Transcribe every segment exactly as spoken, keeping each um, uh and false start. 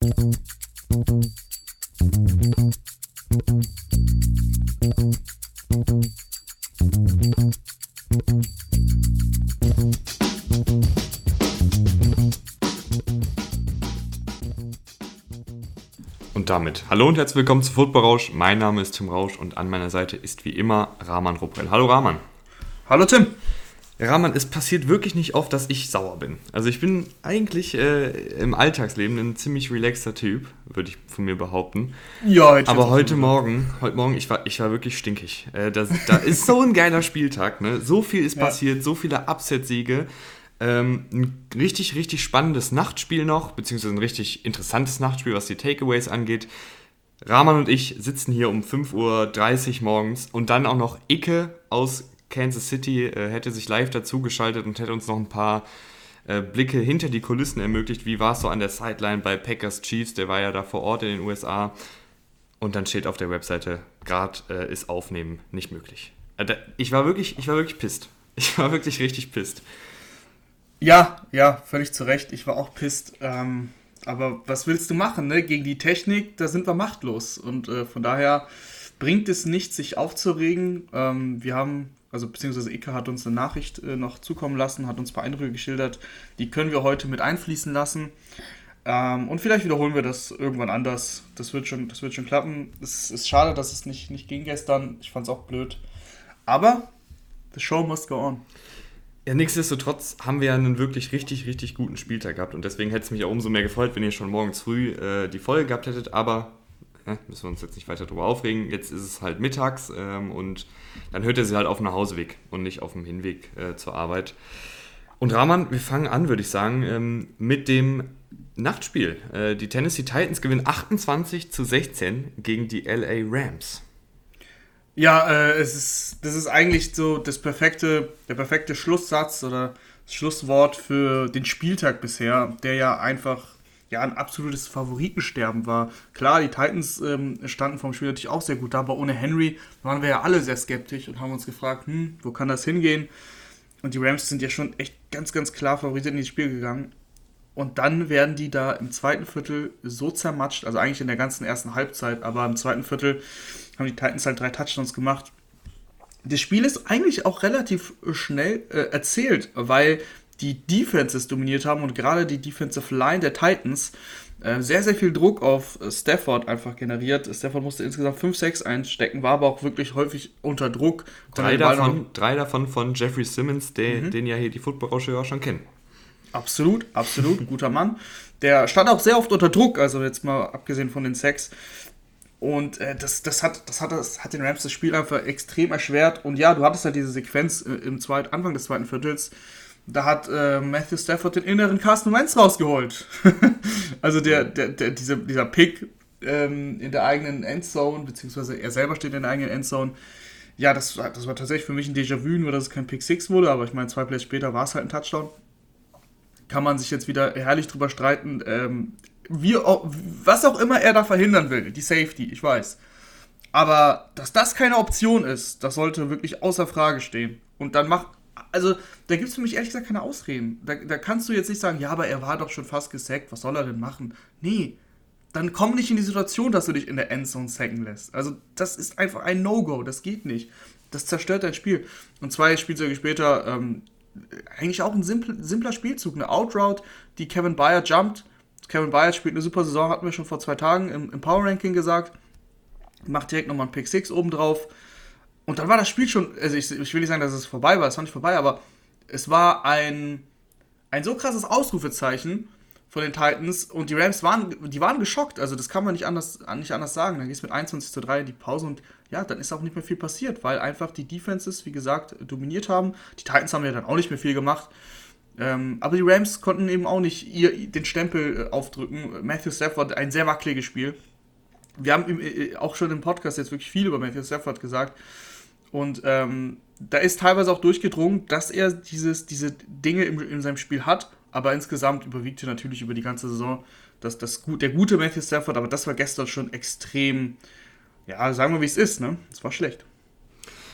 Und damit hallo und herzlich willkommen zu Football Rausch. Mein Name ist Tim Rausch und an meiner Seite ist wie immer Rahman Ruprell. Hallo Rahman. Hallo Tim. Rahman, es passiert wirklich nicht oft, dass ich sauer bin. Also ich bin eigentlich äh, im Alltagsleben ein ziemlich relaxter Typ, würde ich von mir behaupten. Ja, ich aber heute Morgen, heute Morgen, ich war, ich war wirklich stinkig. Äh, das, da ist so ein geiler Spieltag, ne? So viel ist passiert, ja. So viele Upset-Siege. Ähm, ein richtig, richtig spannendes Nachtspiel noch, beziehungsweise ein richtig interessantes Nachtspiel, was die Takeaways angeht. Rahman und ich sitzen hier um fünf Uhr dreißig morgens und dann auch noch Icke aus Kansas City äh, hätte sich live dazugeschaltet und hätte uns noch ein paar äh, Blicke hinter die Kulissen ermöglicht. Wie war es so an der Sideline bei Packers Chiefs? Der war ja da vor Ort in den U S A. Und dann steht auf der Webseite, gerade äh, ist Aufnehmen nicht möglich. Äh, da, ich war wirklich, ich war wirklich pisst. Ich war wirklich richtig pisst. Ja, ja, völlig zu Recht. Ich war auch pisst. Ähm, aber was willst du machen, ne? Gegen die Technik, da sind wir machtlos. Und äh, von daher bringt es nichts, sich aufzuregen. Ähm, wir haben, also beziehungsweise Ike hat uns eine Nachricht äh, noch zukommen lassen, hat uns ein paar Eindrücke geschildert. Die können wir heute mit einfließen lassen. Ähm, und vielleicht wiederholen wir das irgendwann anders. Das wird schon, das wird schon klappen. Es ist schade, dass es nicht, nicht ging gestern. Ich fand es auch blöd. Aber the show must go on. Ja, nichtsdestotrotz haben wir ja einen wirklich richtig, richtig guten Spieltag gehabt und deswegen hätte es mich auch umso mehr gefreut, wenn ihr schon morgens früh äh, die Folge gehabt hättet, aber äh, müssen wir uns jetzt nicht weiter drüber aufregen. Jetzt ist es halt mittags ähm, und dann hört ihr sie halt auf dem Nachhauseweg und nicht auf dem Hinweg äh, zur Arbeit. Und Rahman, wir fangen an, würde ich sagen, ähm, mit dem Nachtspiel. Äh, die Tennessee Titans gewinnen achtundzwanzig zu sechzehn gegen die L A Rams. Ja, äh, es ist, das ist eigentlich so das perfekte, der perfekte Schlusssatz oder das Schlusswort für den Spieltag bisher, der ja einfach ja, ein absolutes Favoritensterben war. Klar, die Titans ähm, standen vom Spiel natürlich auch sehr gut da, aber ohne Henry waren wir ja alle sehr skeptisch und haben uns gefragt, hm, wo kann das hingehen? Und die Rams sind ja schon echt ganz, ganz klar favorisiert in das Spiel gegangen. Und dann werden die da im zweiten Viertel so zermatscht, also eigentlich in der ganzen ersten Halbzeit, aber im zweiten Viertel haben die Titans halt drei Touchdowns gemacht. Das Spiel ist eigentlich auch relativ schnell äh, erzählt, weil die Defenses dominiert haben und gerade die Defensive Line der Titans äh, sehr, sehr viel Druck auf Stafford einfach generiert. Stafford musste insgesamt fünf sechs einstecken, war aber auch wirklich häufig unter Druck. Drei davon, drei davon von Jeffrey Simmons, der, mhm. den ja hier die Football-Rausche auch schon kennen. Absolut, absolut, guter Mann. Der stand auch sehr oft unter Druck, also jetzt mal abgesehen von den Sacks. Und äh, das, das, hat, das, hat, das hat den Rams das Spiel einfach extrem erschwert. Und ja, du hattest halt diese Sequenz äh, im zweit, Anfang des zweiten Viertels. Da hat äh, Matthew Stafford den inneren Carson Wentz rausgeholt. also der, der, der, dieser, dieser Pick ähm, in der eigenen Endzone, beziehungsweise er selber steht in der eigenen Endzone. Ja, das, das war tatsächlich für mich ein Déjà-vu, nur dass es kein Pick sechs wurde. Aber ich meine, zwei Plays später war es halt ein Touchdown. Kann man sich jetzt wieder herrlich drüber streiten. Ähm, Wie auch, was auch immer er da verhindern will, die Safety, ich weiß. Aber dass das keine Option ist, das sollte wirklich außer Frage stehen. Und dann macht, also da gibt es für mich ehrlich gesagt keine Ausreden. Da, da kannst du jetzt nicht sagen, ja, aber er war doch schon fast gesackt, was soll er denn machen? Nee, dann komm nicht in die Situation, dass du dich in der Endzone sacken lässt. Also das ist einfach ein No-Go, das geht nicht. Das zerstört dein Spiel. Und zwei Spielzeuge später, ähm, eigentlich auch ein simpl, simpler Spielzug, eine Outroute, die Kevin Byard jumpt. Kevin Byard spielt eine super Saison, hatten wir schon vor zwei Tagen im, im Power-Ranking gesagt. Macht direkt nochmal einen Pick sechs obendrauf. Und dann war das Spiel schon, also ich, ich will nicht sagen, dass es vorbei war, es war nicht vorbei, aber es war ein, ein so krasses Ausrufezeichen von den Titans und die Rams waren, die waren geschockt, also das kann man nicht anders, nicht anders sagen. Dann geht es mit einundzwanzig zu drei in die Pause und ja, dann ist auch nicht mehr viel passiert, weil einfach die Defenses, wie gesagt, dominiert haben. Die Titans haben ja dann auch nicht mehr viel gemacht. Ähm, aber die Rams konnten eben auch nicht ihr, den Stempel äh, aufdrücken. Matthew Stafford, ein sehr wackeliges Spiel. Wir haben im, äh, auch schon im Podcast jetzt wirklich viel über Matthew Stafford gesagt. Und ähm, da ist teilweise auch durchgedrungen, dass er dieses, diese Dinge im, in seinem Spiel hat. Aber insgesamt überwiegt er natürlich über die ganze Saison das, das, der gute Matthew Stafford. Aber das war gestern schon extrem, ja, sagen wir wie es ist, ne? Es war schlecht.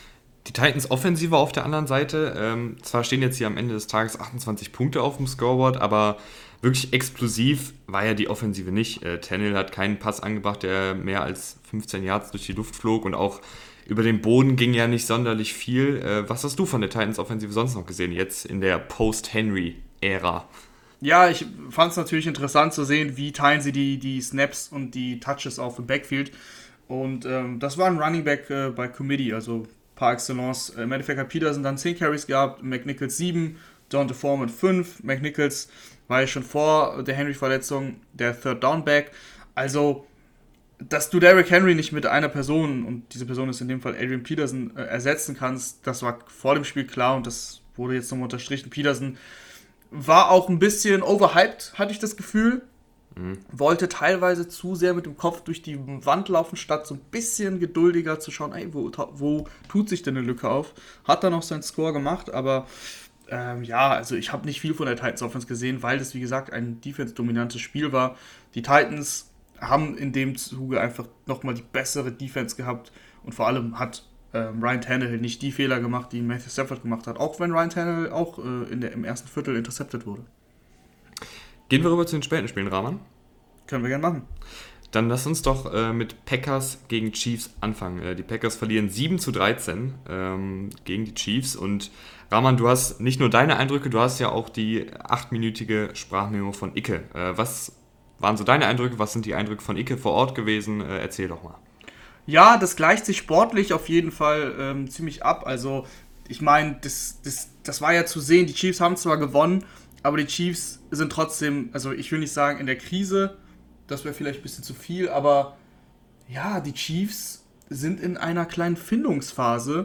Die Titans Offensive auf der anderen Seite, ähm, zwar stehen jetzt hier am Ende des Tages achtundzwanzig Punkte auf dem Scoreboard, aber wirklich explosiv war ja die Offensive nicht. Äh, Tannehill hat keinen Pass angebracht, der mehr als fünfzehn Yards durch die Luft flog und auch über den Boden ging ja nicht sonderlich viel. Äh, was hast du von der Titans Offensive sonst noch gesehen, jetzt in der Post-Henry-Ära? Ja, ich fand es natürlich interessant zu sehen, wie teilen sie die, die Snaps und die Touches auf im Backfield. Und ähm, das war ein Running Back äh, bei Committee, also par excellence. Im Endeffekt hat Peterson dann zehn Carries gehabt, McNichols sieben, Donta Foreman fünf. McNichols war ja schon vor der Henry-Verletzung der Third Down Back. Also, dass du Derrick Henry nicht mit einer Person, und diese Person ist in dem Fall Adrian Peterson, äh, ersetzen kannst, das war vor dem Spiel klar und das wurde jetzt nochmal unterstrichen. Peterson war auch ein bisschen overhyped, hatte ich das Gefühl. Mhm. Wollte teilweise zu sehr mit dem Kopf durch die Wand laufen, statt so ein bisschen geduldiger zu schauen, ey, wo, wo tut sich denn eine Lücke auf? Hat dann noch seinen Score gemacht, aber ähm, ja, also ich habe nicht viel von der Titans Offense gesehen, weil das, wie gesagt, ein defense-dominantes Spiel war. Die Titans haben in dem Zuge einfach nochmal die bessere Defense gehabt und vor allem hat ähm, Ryan Tannehill nicht die Fehler gemacht, die Matthew Stafford gemacht hat, auch wenn Ryan Tannehill auch äh, in der, im ersten Viertel intercepted wurde. Gehen wir rüber zu den späten Spielen, Rahman? Können wir gerne machen. Dann lass uns doch äh, mit Packers gegen Chiefs anfangen. Äh, die Packers verlieren sieben zu dreizehn ähm, gegen die Chiefs. Und Rahman, du hast nicht nur deine Eindrücke, du hast ja auch die achtminütige Sprachmemo von Icke. Äh, was waren so deine Eindrücke? Was sind die Eindrücke von Icke vor Ort gewesen? Äh, erzähl doch mal. Ja, das gleicht sich sportlich auf jeden Fall ähm, ziemlich ab. Also ich meine, das, das, das war ja zu sehen, die Chiefs haben zwar gewonnen, aber die Chiefs sind trotzdem, also ich will nicht sagen in der Krise, das wäre vielleicht ein bisschen zu viel, aber ja, die Chiefs sind in einer kleinen Findungsphase,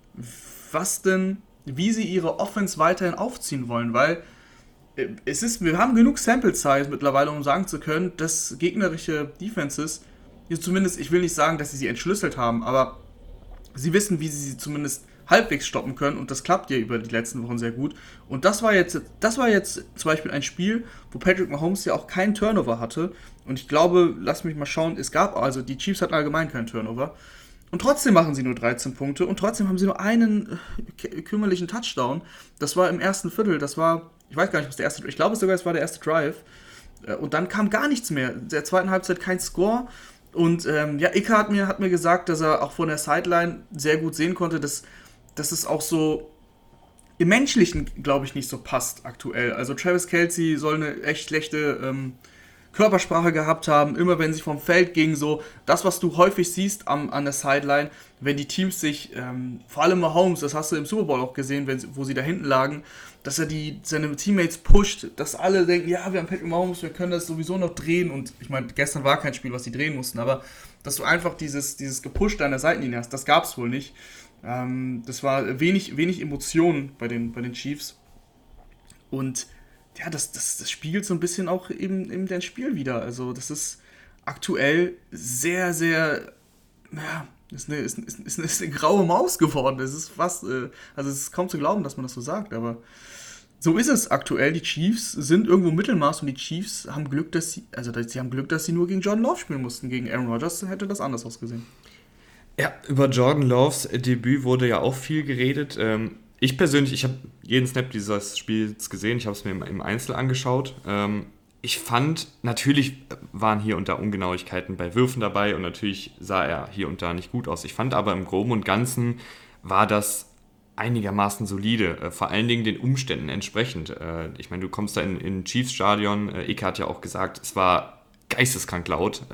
was denn, wie sie ihre Offense weiterhin aufziehen wollen, weil es ist, wir haben genug Sample Size mittlerweile, um sagen zu können, dass gegnerische Defenses, zumindest, ich will nicht sagen, dass sie sie entschlüsselt haben, aber sie wissen, wie sie sie zumindest halbwegs stoppen können und das klappt ja über die letzten Wochen sehr gut. Und das war jetzt, das war jetzt zum Beispiel ein Spiel, wo Patrick Mahomes ja auch keinen Turnover hatte. Und ich glaube, lass mich mal schauen, es gab, also die Chiefs hatten allgemein keinen Turnover. Und trotzdem machen sie nur dreizehn Punkte und trotzdem haben sie nur einen äh, kümmerlichen Touchdown. Das war im ersten Viertel, das war, ich weiß gar nicht, was der erste, ich glaube sogar, es war der erste Drive. Und dann kam gar nichts mehr. In der zweiten Halbzeit kein Score. Und ähm, ja, Icke hat mir, hat mir gesagt, dass er auch von der Sideline sehr gut sehen konnte, dass dass es auch so im Menschlichen, glaube ich, nicht so passt aktuell. Also Travis Kelce soll eine echt schlechte ähm, Körpersprache gehabt haben, immer wenn sie vom Feld ging, so das, was du häufig siehst am, an der Sideline, wenn die Teams sich, ähm, vor allem Mahomes, das hast du im Super Bowl auch gesehen, wenn, wo sie da hinten lagen, dass er die seine Teammates pusht, dass alle denken, ja, wir haben Patrick Mahomes, wir können das sowieso noch drehen und ich meine, gestern war kein Spiel, was die drehen mussten, aber dass du einfach dieses, dieses Gepusht an der Seitenlinie hast, das gab es wohl nicht. Ähm, das war wenig, wenig Emotionen bei den, bei den Chiefs. Und ja, das, das, das spiegelt so ein bisschen auch eben, eben dein Spiel wieder. Also das ist aktuell sehr, sehr, ja, ist eine, ist, ist, ist, eine, ist eine graue Maus geworden. Es ist fast, äh, also es ist kaum zu glauben, dass man das so sagt, aber so ist es aktuell. Die Chiefs sind irgendwo Mittelmaß und die Chiefs haben Glück, dass sie, also sie haben Glück, dass sie nur gegen Jordan Love spielen mussten. Gegen Aaron Rodgers hätte das anders ausgesehen. Ja, über Jordan Loves Debüt wurde ja auch viel geredet. Ich persönlich, ich habe jeden Snap dieses Spiels gesehen, ich habe es mir im Einzel angeschaut. Ich fand, natürlich waren hier und da Ungenauigkeiten bei Würfen dabei und natürlich sah er hier und da nicht gut aus. Ich fand aber im Groben und Ganzen war das einigermaßen solide, vor allen Dingen den Umständen entsprechend. Ich meine, du kommst da in in Chiefs-Stadion, Icke hat ja auch gesagt, es war geisteskrank laut.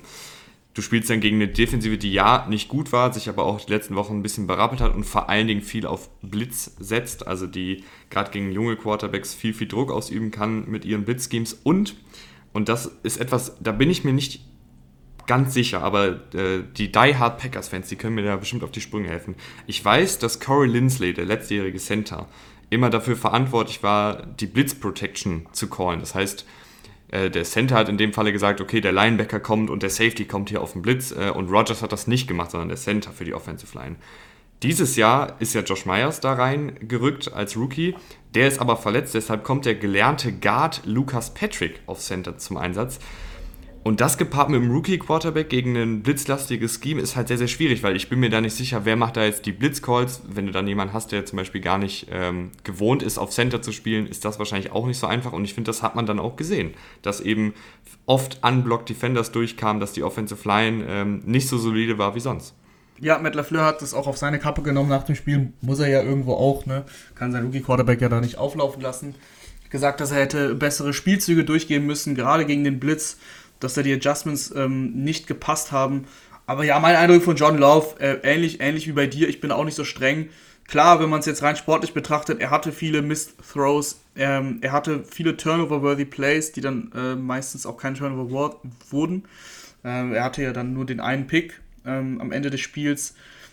Du spielst dann gegen eine Defensive, die ja nicht gut war, sich aber auch die letzten Wochen ein bisschen berappelt hat und vor allen Dingen viel auf Blitz setzt, also die gerade gegen junge Quarterbacks viel, viel Druck ausüben kann mit ihren Blitzschemes und, und das ist etwas, da bin ich mir nicht ganz sicher, aber äh, die Die Hard Packers-Fans, die können mir da bestimmt auf die Sprünge helfen. Ich weiß, dass Corey Linsley, der letztjährige Center, immer dafür verantwortlich war, die Blitz-Protection zu callen. Das heißt, der Center hat in dem Falle gesagt, okay, der Linebacker kommt und der Safety kommt hier auf den Blitz und Rodgers hat das nicht gemacht, sondern der Center für die Offensive Line. Dieses Jahr ist ja Josh Myers da reingerückt als Rookie, der ist aber verletzt, deshalb kommt der gelernte Guard Lucas Patrick auf Center zum Einsatz Und das gepaart mit dem Rookie-Quarterback gegen ein blitzlastiges Scheme ist halt sehr, sehr schwierig, weil ich bin mir da nicht sicher, wer macht da jetzt die Blitzcalls. Wenn du dann jemanden hast, der zum Beispiel gar nicht ähm, gewohnt ist, auf Center zu spielen, ist das wahrscheinlich auch nicht so einfach. Und ich finde, das hat man dann auch gesehen, dass eben oft Unblocked Defenders durchkamen, dass die Offensive Line ähm, nicht so solide war wie sonst. Ja, Matt LaFleur hat das auch auf seine Kappe genommen nach dem Spiel. Muss er ja irgendwo auch, ne? Kann sein Rookie-Quarterback ja da nicht auflaufen lassen. Gesagt, dass er hätte bessere Spielzüge durchgehen müssen, gerade gegen den Blitz, dass da die Adjustments ähm, nicht gepasst haben. Aber ja, mein Eindruck von John Love, äh, ähnlich, ähnlich wie bei dir, ich bin auch nicht so streng. Klar, wenn man es jetzt rein sportlich betrachtet, er hatte viele Missed Throws, ähm, er hatte viele Turnover-worthy Plays, die dann äh, meistens auch kein Turnover wurden. Ähm, er hatte ja dann nur den einen Pick ähm, am Ende des Spiels.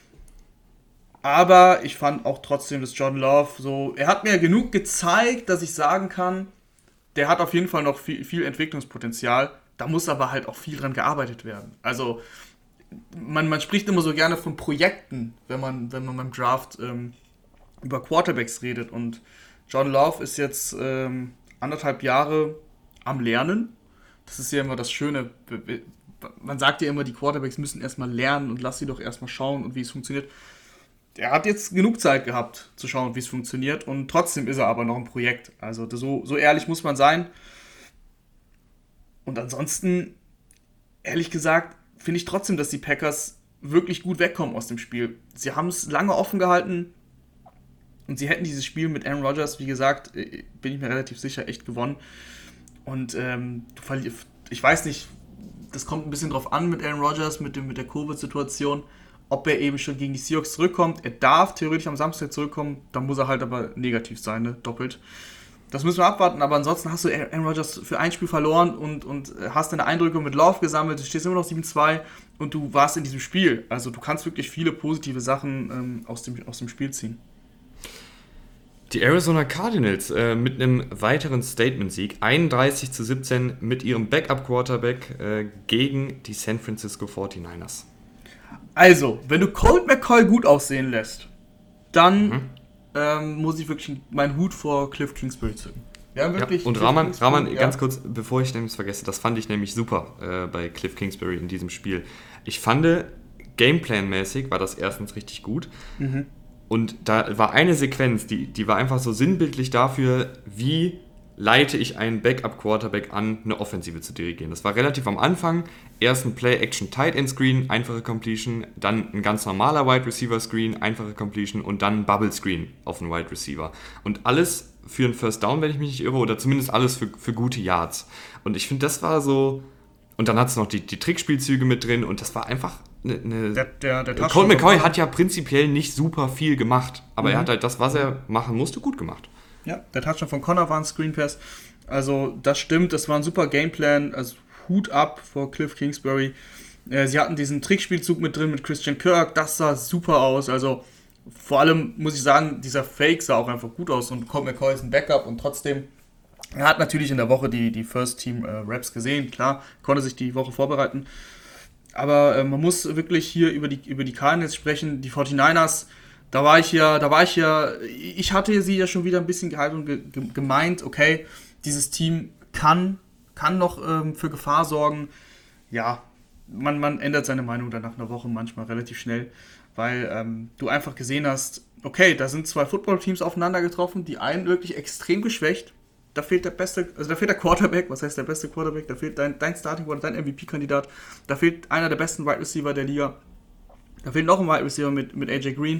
Aber ich fand auch trotzdem, dass John Love so, er hat mir genug gezeigt, dass ich sagen kann, der hat auf jeden Fall noch viel, viel Entwicklungspotenzial. Da muss aber halt auch viel dran gearbeitet werden. Also man, man spricht immer so gerne von Projekten, wenn man, wenn man beim Draft ähm, über Quarterbacks redet. Und John Love ist jetzt ähm, anderthalb Jahre am Lernen. Das ist ja immer das Schöne. Man sagt ja immer, die Quarterbacks müssen erstmal lernen und lass sie doch erstmal schauen und wie es funktioniert. Er hat jetzt genug Zeit gehabt, zu schauen, wie es funktioniert. Und trotzdem ist er aber noch ein Projekt. Also so, so ehrlich muss man sein. Und ansonsten, ehrlich gesagt, finde ich trotzdem, dass die Packers wirklich gut wegkommen aus dem Spiel. Sie haben es lange offen gehalten und sie hätten dieses Spiel mit Aaron Rodgers, wie gesagt, bin ich mir relativ sicher, echt gewonnen. Und ähm, du verlierst, ich weiß nicht, das kommt ein bisschen drauf an mit Aaron Rodgers, mit, dem, mit der Covid-Situation, ob er eben schon gegen die Seahawks zurückkommt. Er darf theoretisch am Samstag zurückkommen, dann muss er halt aber negativ sein, ne? Doppelt. Das müssen wir abwarten, aber ansonsten hast du Aaron Rodgers für ein Spiel verloren und, und hast deine Eindrücke mit Love gesammelt, du stehst immer noch sieben zwei und du warst in diesem Spiel. Also du kannst wirklich viele positive Sachen ähm, aus, dem, aus dem Spiel ziehen. Die Arizona Cardinals äh, mit einem weiteren Statement-Sieg, einunddreißig zu siebzehn mit ihrem Backup-Quarterback äh, gegen die San Francisco forty-niners. Also, wenn du Colt McCoy gut aussehen lässt, dann... Mhm. Ähm, muss ich wirklich meinen Hut vor Cliff Kingsbury zücken. Ja, wirklich. Ja, und Rahman, Rahman ja. ganz kurz, bevor ich nämlich vergesse, das fand ich nämlich super äh, bei Cliff Kingsbury in diesem Spiel. Ich fand, Gameplan-mäßig war das erstens richtig gut. Mhm. Und da war eine Sequenz, die, die war einfach so sinnbildlich dafür, wie leite ich einen Backup-Quarterback an, eine Offensive zu dirigieren. Das war relativ am Anfang. Erst ein Play-Action-Tight-End-Screen, einfache Completion, dann ein ganz normaler Wide-Receiver-Screen, einfache Completion und dann ein Bubble-Screen auf einen Wide-Receiver. Und alles für einen First Down, wenn ich mich nicht irre, oder zumindest alles für, für gute Yards. Und ich finde, das war so... Und dann hat es noch die, die Trickspielzüge mit drin und das war einfach eine... eine der, der, der Colt McCoy hat ja prinzipiell nicht super viel gemacht, aber mhm. er hat halt das, was er machen musste, gut gemacht. Ja, der Touchdown von Connor war ein Screen Pass. Also das stimmt, das war ein super Gameplan. Also Hut ab vor Cliff Kingsbury. Äh, sie hatten diesen Trickspielzug mit drin mit Christian Kirk. Das sah super aus. Also vor allem muss ich sagen, dieser Fake sah auch einfach gut aus. Und Colt McCoy ist ein Backup und trotzdem, er hat natürlich in der Woche die, die First Team äh, Reps gesehen. Klar, konnte sich die Woche vorbereiten. Aber äh, man muss wirklich hier über die, über die Cardinals sprechen. Die forty-niners, Da war ich ja, da war ich ja, ich hatte sie ja schon wieder ein bisschen gehalten und ge- ge- gemeint, okay, dieses Team kann, kann noch ähm, für Gefahr sorgen. Ja, man, man ändert seine Meinung dann nach einer Woche manchmal relativ schnell, weil ähm, du einfach gesehen hast, okay, da sind zwei Footballteams aufeinander getroffen, die einen wirklich extrem geschwächt. Da fehlt der beste, also da fehlt der Quarterback, was heißt der beste Quarterback? Da fehlt dein, dein Starting oder dein M V P-Kandidat. Da fehlt einer der besten Wide Receiver der Liga. Da fehlt noch ein Wide Receiver mit, mit A J Green.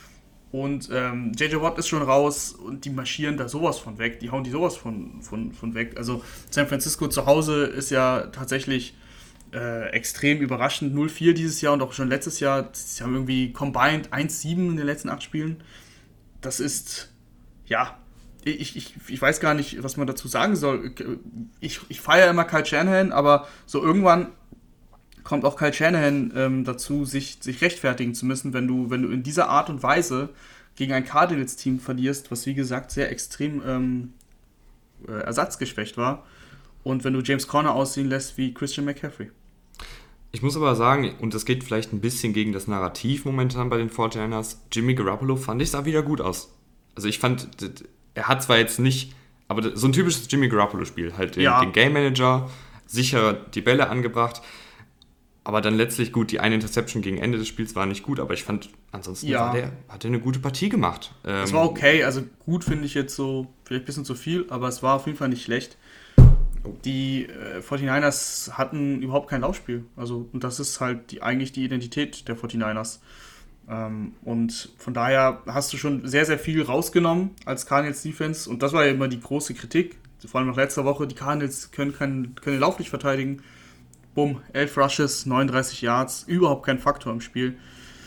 Und ähm, J J Watt ist schon raus und die marschieren da sowas von weg. Die hauen die sowas von, von, von weg. Also San Francisco zu Hause ist ja tatsächlich äh, extrem überraschend. null vier dieses Jahr und auch schon letztes Jahr. Sie haben irgendwie combined eins sieben in den letzten acht Spielen. Das ist, ja, ich, ich, ich weiß gar nicht, was man dazu sagen soll. Ich, ich feiere immer Kyle Shanahan, aber so irgendwann kommt auch Kyle Shanahan ähm, dazu, sich, sich rechtfertigen zu müssen, wenn du, wenn du in dieser Art und Weise gegen ein Cardinals-Team verlierst, was wie gesagt sehr extrem ähm, äh, ersatzgeschwächt war, und wenn du James Conner aussehen lässt wie Christian McCaffrey. Ich muss aber sagen, und das geht vielleicht ein bisschen gegen das Narrativ momentan bei den forty-niners, Jimmy Garoppolo fand ich sah wieder gut aus. Also ich fand, er hat zwar jetzt nicht, aber so ein typisches Jimmy Garoppolo-Spiel, halt den, ja. den Game Manager, sicher die Bälle angebracht. Aber dann letztlich gut, die eine Interception gegen Ende des Spiels war nicht gut, aber ich fand, ansonsten Ja. war der, hat er eine gute Partie gemacht. Ähm, Es war okay, also gut finde ich jetzt so, vielleicht ein bisschen zu viel, aber es war auf jeden Fall nicht schlecht. Die äh, forty-niners hatten überhaupt kein Laufspiel. Also, und das ist halt die, eigentlich die Identität der forty-niners. Ähm, und von daher hast du schon sehr, sehr viel rausgenommen als Cardinals Defense. Und das war ja immer die große Kritik. Vor allem nach letzter Woche, die Cardinals können, kein, können den Lauf nicht verteidigen. Bumm, elf Rushes, neununddreißig Yards, überhaupt kein Faktor im Spiel.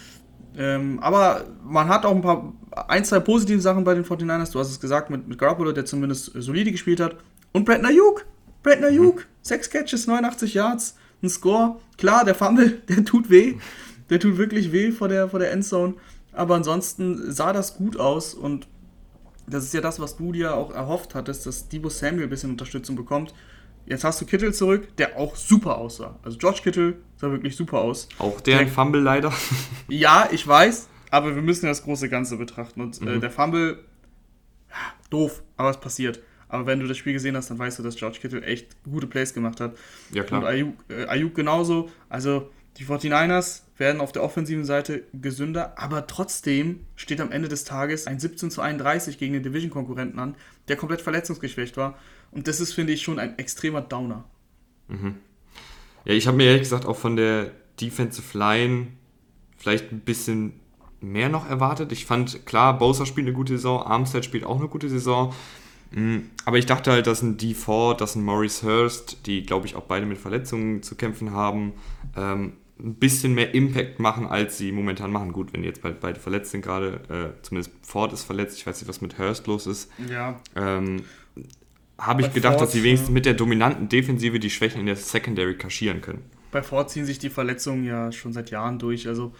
Ähm, aber man hat auch ein paar, ein, zwei positive Sachen bei den forty-niners. Du hast es gesagt, mit, mit Garoppolo, der zumindest solide gespielt hat. Und Brandon Ayuk. Brandon Ayuk, sechs Catches, neunundachtzig Yards, ein Score. Klar, der Fumble, der tut weh. Der tut wirklich weh vor der, vor der Endzone. Aber ansonsten sah das gut aus. Und das ist ja das, was du dir auch erhofft hattest, dass Deebo Samuel ein bisschen Unterstützung bekommt. Jetzt hast du Kittle zurück, der auch super aussah. Also George Kittle sah wirklich super aus. Auch der, der Fumble leider. Ja, ich weiß, aber wir müssen ja das große Ganze betrachten. Und mhm. äh, der Fumble, ja, doof, aber es passiert. Aber wenn du das Spiel gesehen hast, dann weißt du, dass George Kittle echt gute Plays gemacht hat. Ja, klar. Und Ayuk, äh, Ayuk genauso. Also die forty-niners werden auf der offensiven Seite gesünder, aber trotzdem steht am Ende des Tages ein siebzehn zu einunddreißig gegen den Division-Konkurrenten an, der komplett verletzungsgeschwächt war. Und das ist, finde ich, schon ein extremer Downer. Mhm. Ja, ich habe mir ehrlich gesagt auch von der Defensive Line vielleicht ein bisschen mehr noch erwartet. Ich fand, klar, Bosa spielt eine gute Saison, Armstead spielt auch eine gute Saison. Aber ich dachte halt, dass ein Dee Ford, dass ein Maurice Hurst, die, glaube ich, auch beide mit Verletzungen zu kämpfen haben, ähm, ein bisschen mehr Impact machen, als sie momentan machen. Gut, wenn jetzt beide verletzt sind gerade, äh, zumindest Ford ist verletzt, ich weiß nicht, was mit Hurst los ist. Ja. Ähm, habe ich Bei gedacht, Ford, dass sie wenigstens mit der dominanten Defensive die Schwächen in der Secondary kaschieren können. Bei Ford ziehen sich die Verletzungen ja schon seit Jahren durch. Also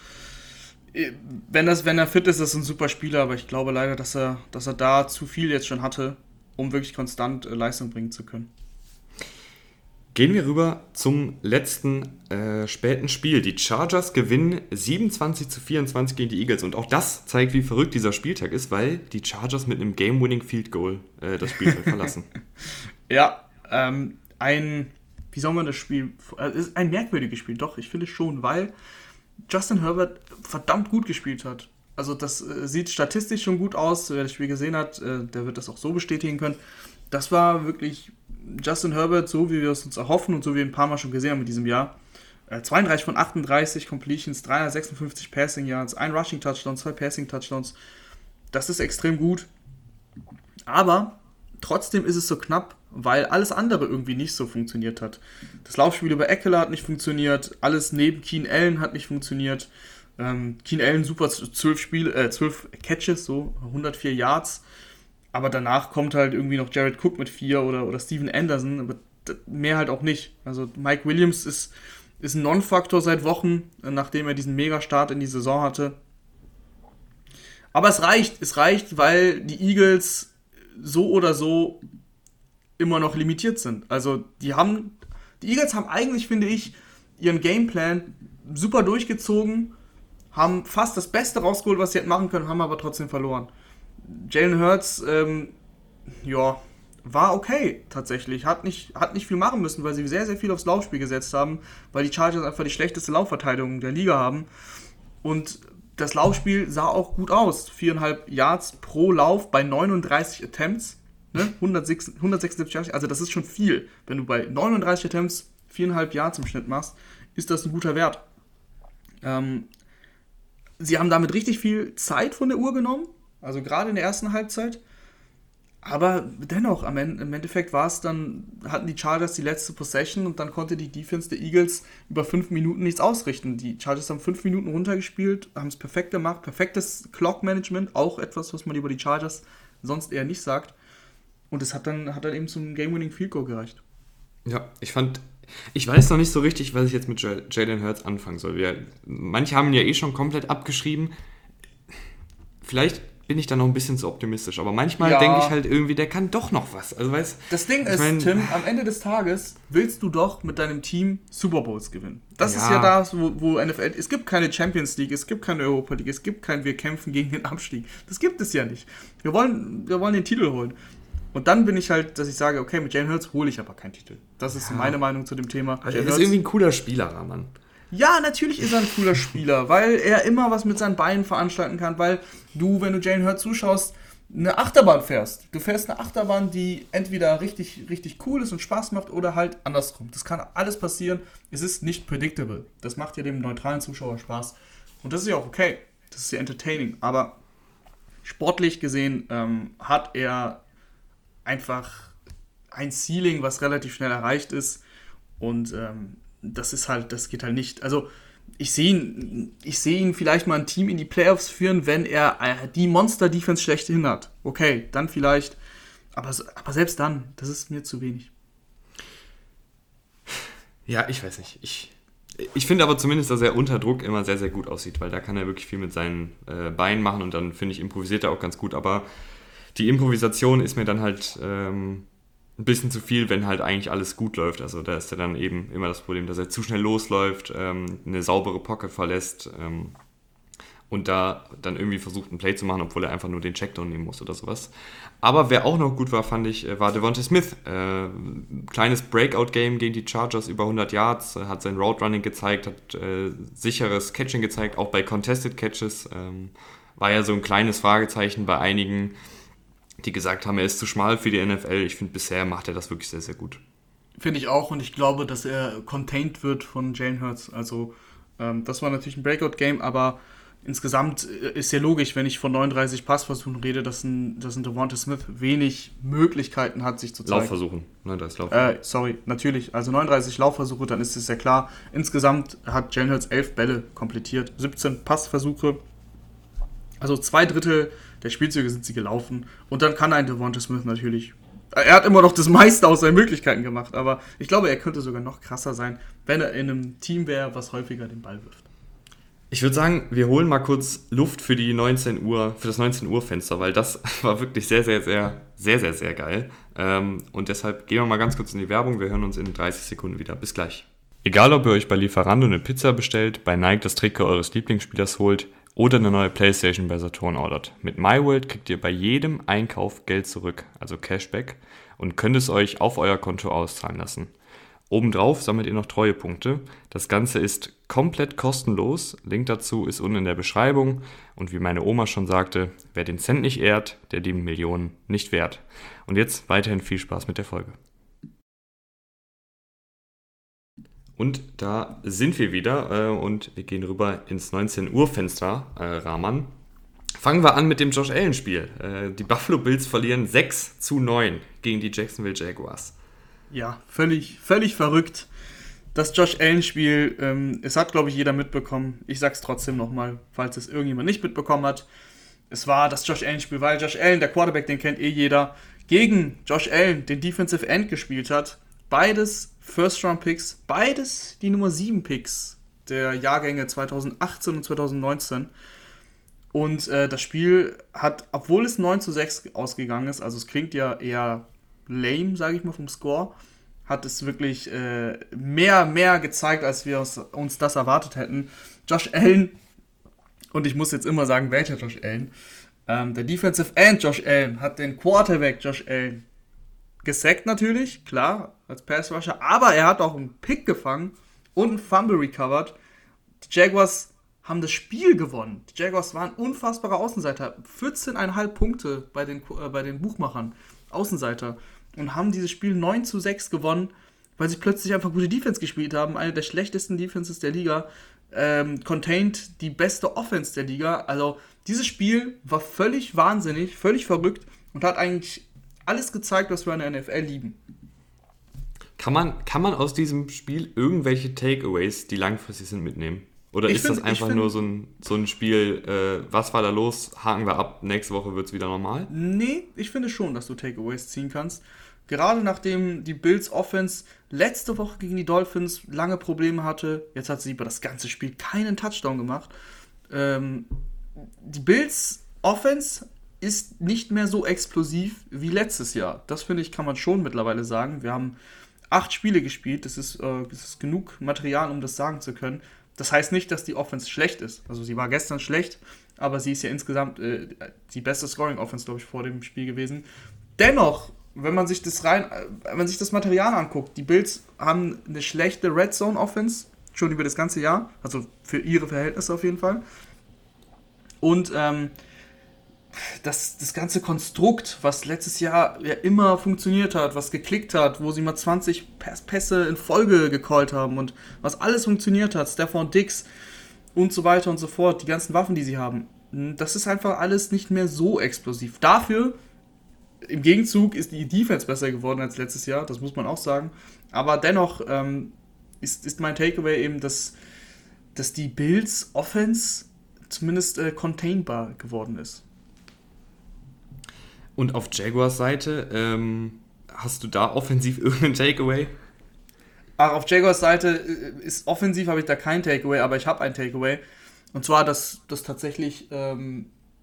wenn, das, wenn er fit ist, ist er ein super Spieler, aber ich glaube leider, dass er, dass er da zu viel jetzt schon hatte, um wirklich konstant äh, Leistung bringen zu können. Gehen wir rüber zum letzten äh, späten Spiel. Die Chargers gewinnen siebenundzwanzig zu vierundzwanzig gegen die Eagles. Und auch das zeigt, wie verrückt dieser Spieltag ist, weil die Chargers mit einem Game-Winning Field Goal äh, das Spielfeld verlassen. Ja, ähm, ein, wie soll man das Spiel, es ist ein merkwürdiges Spiel, doch, ich finde schon, weil Justin Herbert verdammt gut gespielt hat. Also das äh, sieht statistisch schon gut aus. Wer das Spiel gesehen hat, äh, der wird das auch so bestätigen können. Das war wirklich Justin Herbert, so wie wir es uns erhoffen und so wie wir ein paar Mal schon gesehen haben in diesem Jahr. Äh, zweiunddreißig von achtunddreißig Completions, dreihundertsechsundfünfzig Passing Yards, ein Rushing Touchdown, zwei Passing Touchdowns. Das ist extrem gut. Aber trotzdem ist es so knapp, weil alles andere irgendwie nicht so funktioniert hat. Das Laufspiel über Eckler hat nicht funktioniert, alles neben Keen Allen hat nicht funktioniert. Ähm, Keen Allen super zwölf Spiele, äh, zwölf Catches, so hundertvier Yards. Aber danach kommt halt irgendwie noch Jared Cook mit vier oder, oder Steven Anderson, aber mehr halt auch nicht. Also Mike Williams ist, ist ein Non-Faktor seit Wochen, nachdem er diesen Mega-Start in die Saison hatte. Aber es reicht, es reicht, weil die Eagles so oder so immer noch limitiert sind. Also die haben, die Eagles haben eigentlich, finde ich, ihren Gameplan super durchgezogen, haben fast das Beste rausgeholt, was sie hätten machen können, haben aber trotzdem verloren. Jalen Hurts, ähm, ja, war okay tatsächlich. Hat nicht, hat nicht viel machen müssen, weil sie sehr, sehr viel aufs Laufspiel gesetzt haben, weil die Chargers einfach die schlechteste Laufverteidigung der Liga haben. Und das Laufspiel sah auch gut aus. viereinhalb Yards pro Lauf bei neununddreißig Attempts. Ne? hundertsechsundsiebzig Yards, also das ist schon viel. Wenn du bei neununddreißig Attempts viereinhalb Yards im Schnitt machst, ist das ein guter Wert. Ähm, sie haben damit richtig viel Zeit von der Uhr genommen. Also gerade in der ersten Halbzeit. Aber dennoch, am Ende, im Endeffekt war es dann, hatten die Chargers die letzte Possession und dann konnte die Defense der Eagles über fünf Minuten nichts ausrichten. Die Chargers haben fünf Minuten runtergespielt, haben es perfekt gemacht, perfektes Clock-Management, auch etwas, was man über die Chargers sonst eher nicht sagt. Und es hat dann, hat dann eben zum Game-Winning Field Goal gereicht. Ja, ich fand, ich weiß noch nicht so richtig, was ich jetzt mit Jalen Hurts anfangen soll. Wir, manche haben ihn ja eh schon komplett abgeschrieben. Vielleicht bin ich da noch ein bisschen zu optimistisch, aber manchmal ja. denke ich halt irgendwie, der kann doch noch was. Also, weißt, das Ding ist, mein, Tim, am Ende des Tages willst du doch mit deinem Team Super Bowls gewinnen. Das ja. ist ja das, wo, wo N F L, es gibt keine Champions League, es gibt keine Europa League, es gibt kein, wir kämpfen gegen den Abstieg. Das gibt es ja nicht. Wir wollen, wir wollen den Titel holen. Und dann bin ich halt, dass ich sage, okay, mit Jalen Hurts hole ich aber keinen Titel. Das ist Ja. meine Meinung zu dem Thema. Also er ist irgendwie ein cooler Spieler, Rahman. Ja, natürlich ist er ein cooler Spieler, weil er immer was mit seinen Beinen veranstalten kann, weil du, wenn du Jalen Hurts zuschaust, eine Achterbahn fährst. Du fährst eine Achterbahn, die entweder richtig, richtig cool ist und Spaß macht oder halt andersrum. Das kann alles passieren. Es ist nicht predictable. Das macht ja dem neutralen Zuschauer Spaß. Und das ist ja auch okay. Das ist ja entertaining. Aber sportlich gesehen ähm, hat er einfach ein Ceiling, was relativ schnell erreicht ist. Und ähm, das ist halt, das geht halt nicht. Also ich sehe ihn, ich sehe ihn vielleicht mal ein Team in die Playoffs führen, wenn er äh, die Monster-Defense schlechthin hat. Okay, dann vielleicht. Aber, aber selbst dann, das ist mir zu wenig. Ja, ich weiß nicht. Ich, ich finde aber zumindest, dass er unter Druck immer sehr, sehr gut aussieht, weil da kann er wirklich viel mit seinen äh, Beinen machen und dann, finde ich, improvisiert er auch ganz gut. Aber die Improvisation ist mir dann halt ähm, ein bisschen zu viel, wenn halt eigentlich alles gut läuft. Also da ist ja dann eben immer das Problem, dass er zu schnell losläuft, ähm, eine saubere Pocket verlässt ähm, und da dann irgendwie versucht, ein Play zu machen, obwohl er einfach nur den Checkdown nehmen muss oder sowas. Aber wer auch noch gut war, fand ich, war Devonta Smith. Äh, kleines Breakout-Game gegen die Chargers, über hundert Yards, hat sein Route-Running gezeigt, hat äh, sicheres Catching gezeigt, auch bei Contested Catches. Ähm, war ja so ein kleines Fragezeichen bei einigen, die gesagt haben, er ist zu schmal für die N F L. Ich finde, bisher macht er das wirklich sehr, sehr gut. Finde ich auch und ich glaube, dass er contained wird von Jalen Hurts. Also ähm, das war natürlich ein Breakout-Game, aber insgesamt ist ja logisch, wenn ich von neununddreißig Passversuchen rede, dass ein, dass ein Devonta Smith wenig Möglichkeiten hat, sich zu zeigen. Laufversuchen. neununddreißig Laufversuche. Äh, sorry, natürlich. Also neununddreißig Laufversuche, dann ist es ja klar. Insgesamt hat Jalen Hurts elf Bälle komplettiert, siebzehn Passversuche. Also zwei Drittel der Spielzüge sind sie gelaufen. Und dann kann ein Devonta Smith natürlich... Er hat immer noch das meiste aus seinen Möglichkeiten gemacht, aber ich glaube, er könnte sogar noch krasser sein, wenn er in einem Team wäre, was häufiger den Ball wirft. Ich würde sagen, wir holen mal kurz Luft für die neunzehn Uhr, für das neunzehn Uhr Fenster, weil das war wirklich sehr, sehr, sehr, sehr, sehr, sehr geil. Und deshalb gehen wir mal ganz kurz in die Werbung. Wir hören uns in dreißig Sekunden wieder. Bis gleich. Egal, ob ihr euch bei Lieferando eine Pizza bestellt, bei Nike das Trikot eures Lieblingsspielers holt oder eine neue Playstation bei Saturn ordert. Mit MyWorld kriegt ihr bei jedem Einkauf Geld zurück, also Cashback, und könnt es euch auf euer Konto auszahlen lassen. Obendrauf sammelt ihr noch Treuepunkte. Das Ganze ist komplett kostenlos. Link dazu ist unten in der Beschreibung. Und wie meine Oma schon sagte, wer den Cent nicht ehrt, der die Millionen nicht wert. Und jetzt weiterhin viel Spaß mit der Folge. Und da sind wir wieder äh, und wir gehen rüber ins neunzehn Uhr Fenster, äh, Rahman. Fangen wir an mit dem Josh Allen Spiel. Äh, die Buffalo Bills verlieren sechs zu neun gegen die Jacksonville Jaguars. Ja, völlig, völlig verrückt. Das Josh Allen-Spiel, ähm, es hat, glaube ich, jeder mitbekommen. Ich sag's trotzdem nochmal, falls es irgendjemand nicht mitbekommen hat. Es war das Josh Allen-Spiel, weil Josh Allen, der Quarterback, den kennt eh jeder, gegen Josh Allen, den Defensive End, gespielt hat. Beides First-Round-Picks, beides die Nummer sieben Picks der Jahrgänge zweitausendachtzehn und zweitausendneunzehn. Und äh, das Spiel hat, obwohl es neun zu sechs ausgegangen ist, also es klingt ja eher lame, sage ich mal, vom Score, hat es wirklich äh, mehr, mehr gezeigt, als wir uns, uns das erwartet hätten. Josh Allen, und ich muss jetzt immer sagen, welcher Josh Allen, ähm, der Defensive End Josh Allen hat den Quarterback Josh Allen gesackt natürlich, klar, als Pass-Rusher, aber er hat auch einen Pick gefangen und einen Fumble recovered. Die Jaguars haben das Spiel gewonnen. Die Jaguars waren unfassbare Außenseiter. vierzehn Komma fünf Punkte bei den, äh, bei den Buchmachern. Außenseiter. Und haben dieses Spiel neun zu sechs gewonnen, weil sie plötzlich einfach gute Defense gespielt haben. Eine der schlechtesten Defenses der Liga. Ähm, contained die beste Offense der Liga. Also dieses Spiel war völlig wahnsinnig, völlig verrückt und hat eigentlich alles gezeigt, was wir an der N F L lieben. Kann man, kann man aus diesem Spiel irgendwelche Takeaways, die langfristig sind, mitnehmen? Oder Ich ist find- das einfach ich find- nur so ein, so ein Spiel, äh, was war da los, haken wir ab, nächste Woche wird es wieder normal? Nee, ich finde schon, dass du Takeaways ziehen kannst. Gerade nachdem die Bills Offense letzte Woche gegen die Dolphins lange Probleme hatte, jetzt hat sie über das ganze Spiel keinen Touchdown gemacht. Ähm, die Bills Offense ist nicht mehr so explosiv wie letztes Jahr. Das finde ich, kann man schon mittlerweile sagen. Wir haben acht Spiele gespielt, das ist, äh, das ist genug Material, um das sagen zu können. Das heißt nicht, dass die Offense schlecht ist. Also sie war gestern schlecht, aber sie ist ja insgesamt äh, die beste Scoring-Offense, glaube ich, vor dem Spiel gewesen. Dennoch wenn man sich das rein, wenn man sich das Material anguckt, die Bills haben eine schlechte Red Zone Offense, schon über das ganze Jahr, also für ihre Verhältnisse auf jeden Fall. Und ähm, das, das ganze Konstrukt, was letztes Jahr ja immer funktioniert hat, was geklickt hat, wo sie mal zwanzig Pässe in Folge gecallt haben und was alles funktioniert hat, Stephon Diggs und so weiter und so fort, die ganzen Waffen, die sie haben, das ist einfach alles nicht mehr so explosiv. Dafür, im Gegenzug, ist die Defense besser geworden als letztes Jahr, das muss man auch sagen. Aber dennoch ähm, ist, ist mein Takeaway eben, dass, dass die Bills Offense zumindest äh, containbar geworden ist. Und auf Jaguars Seite, ähm, hast du da offensiv irgendeinen Takeaway? Ach, auf Jaguars Seite ist offensiv, habe ich da kein Takeaway, aber ich habe ein Takeaway. Und zwar, dass, dass tatsächlich ähm,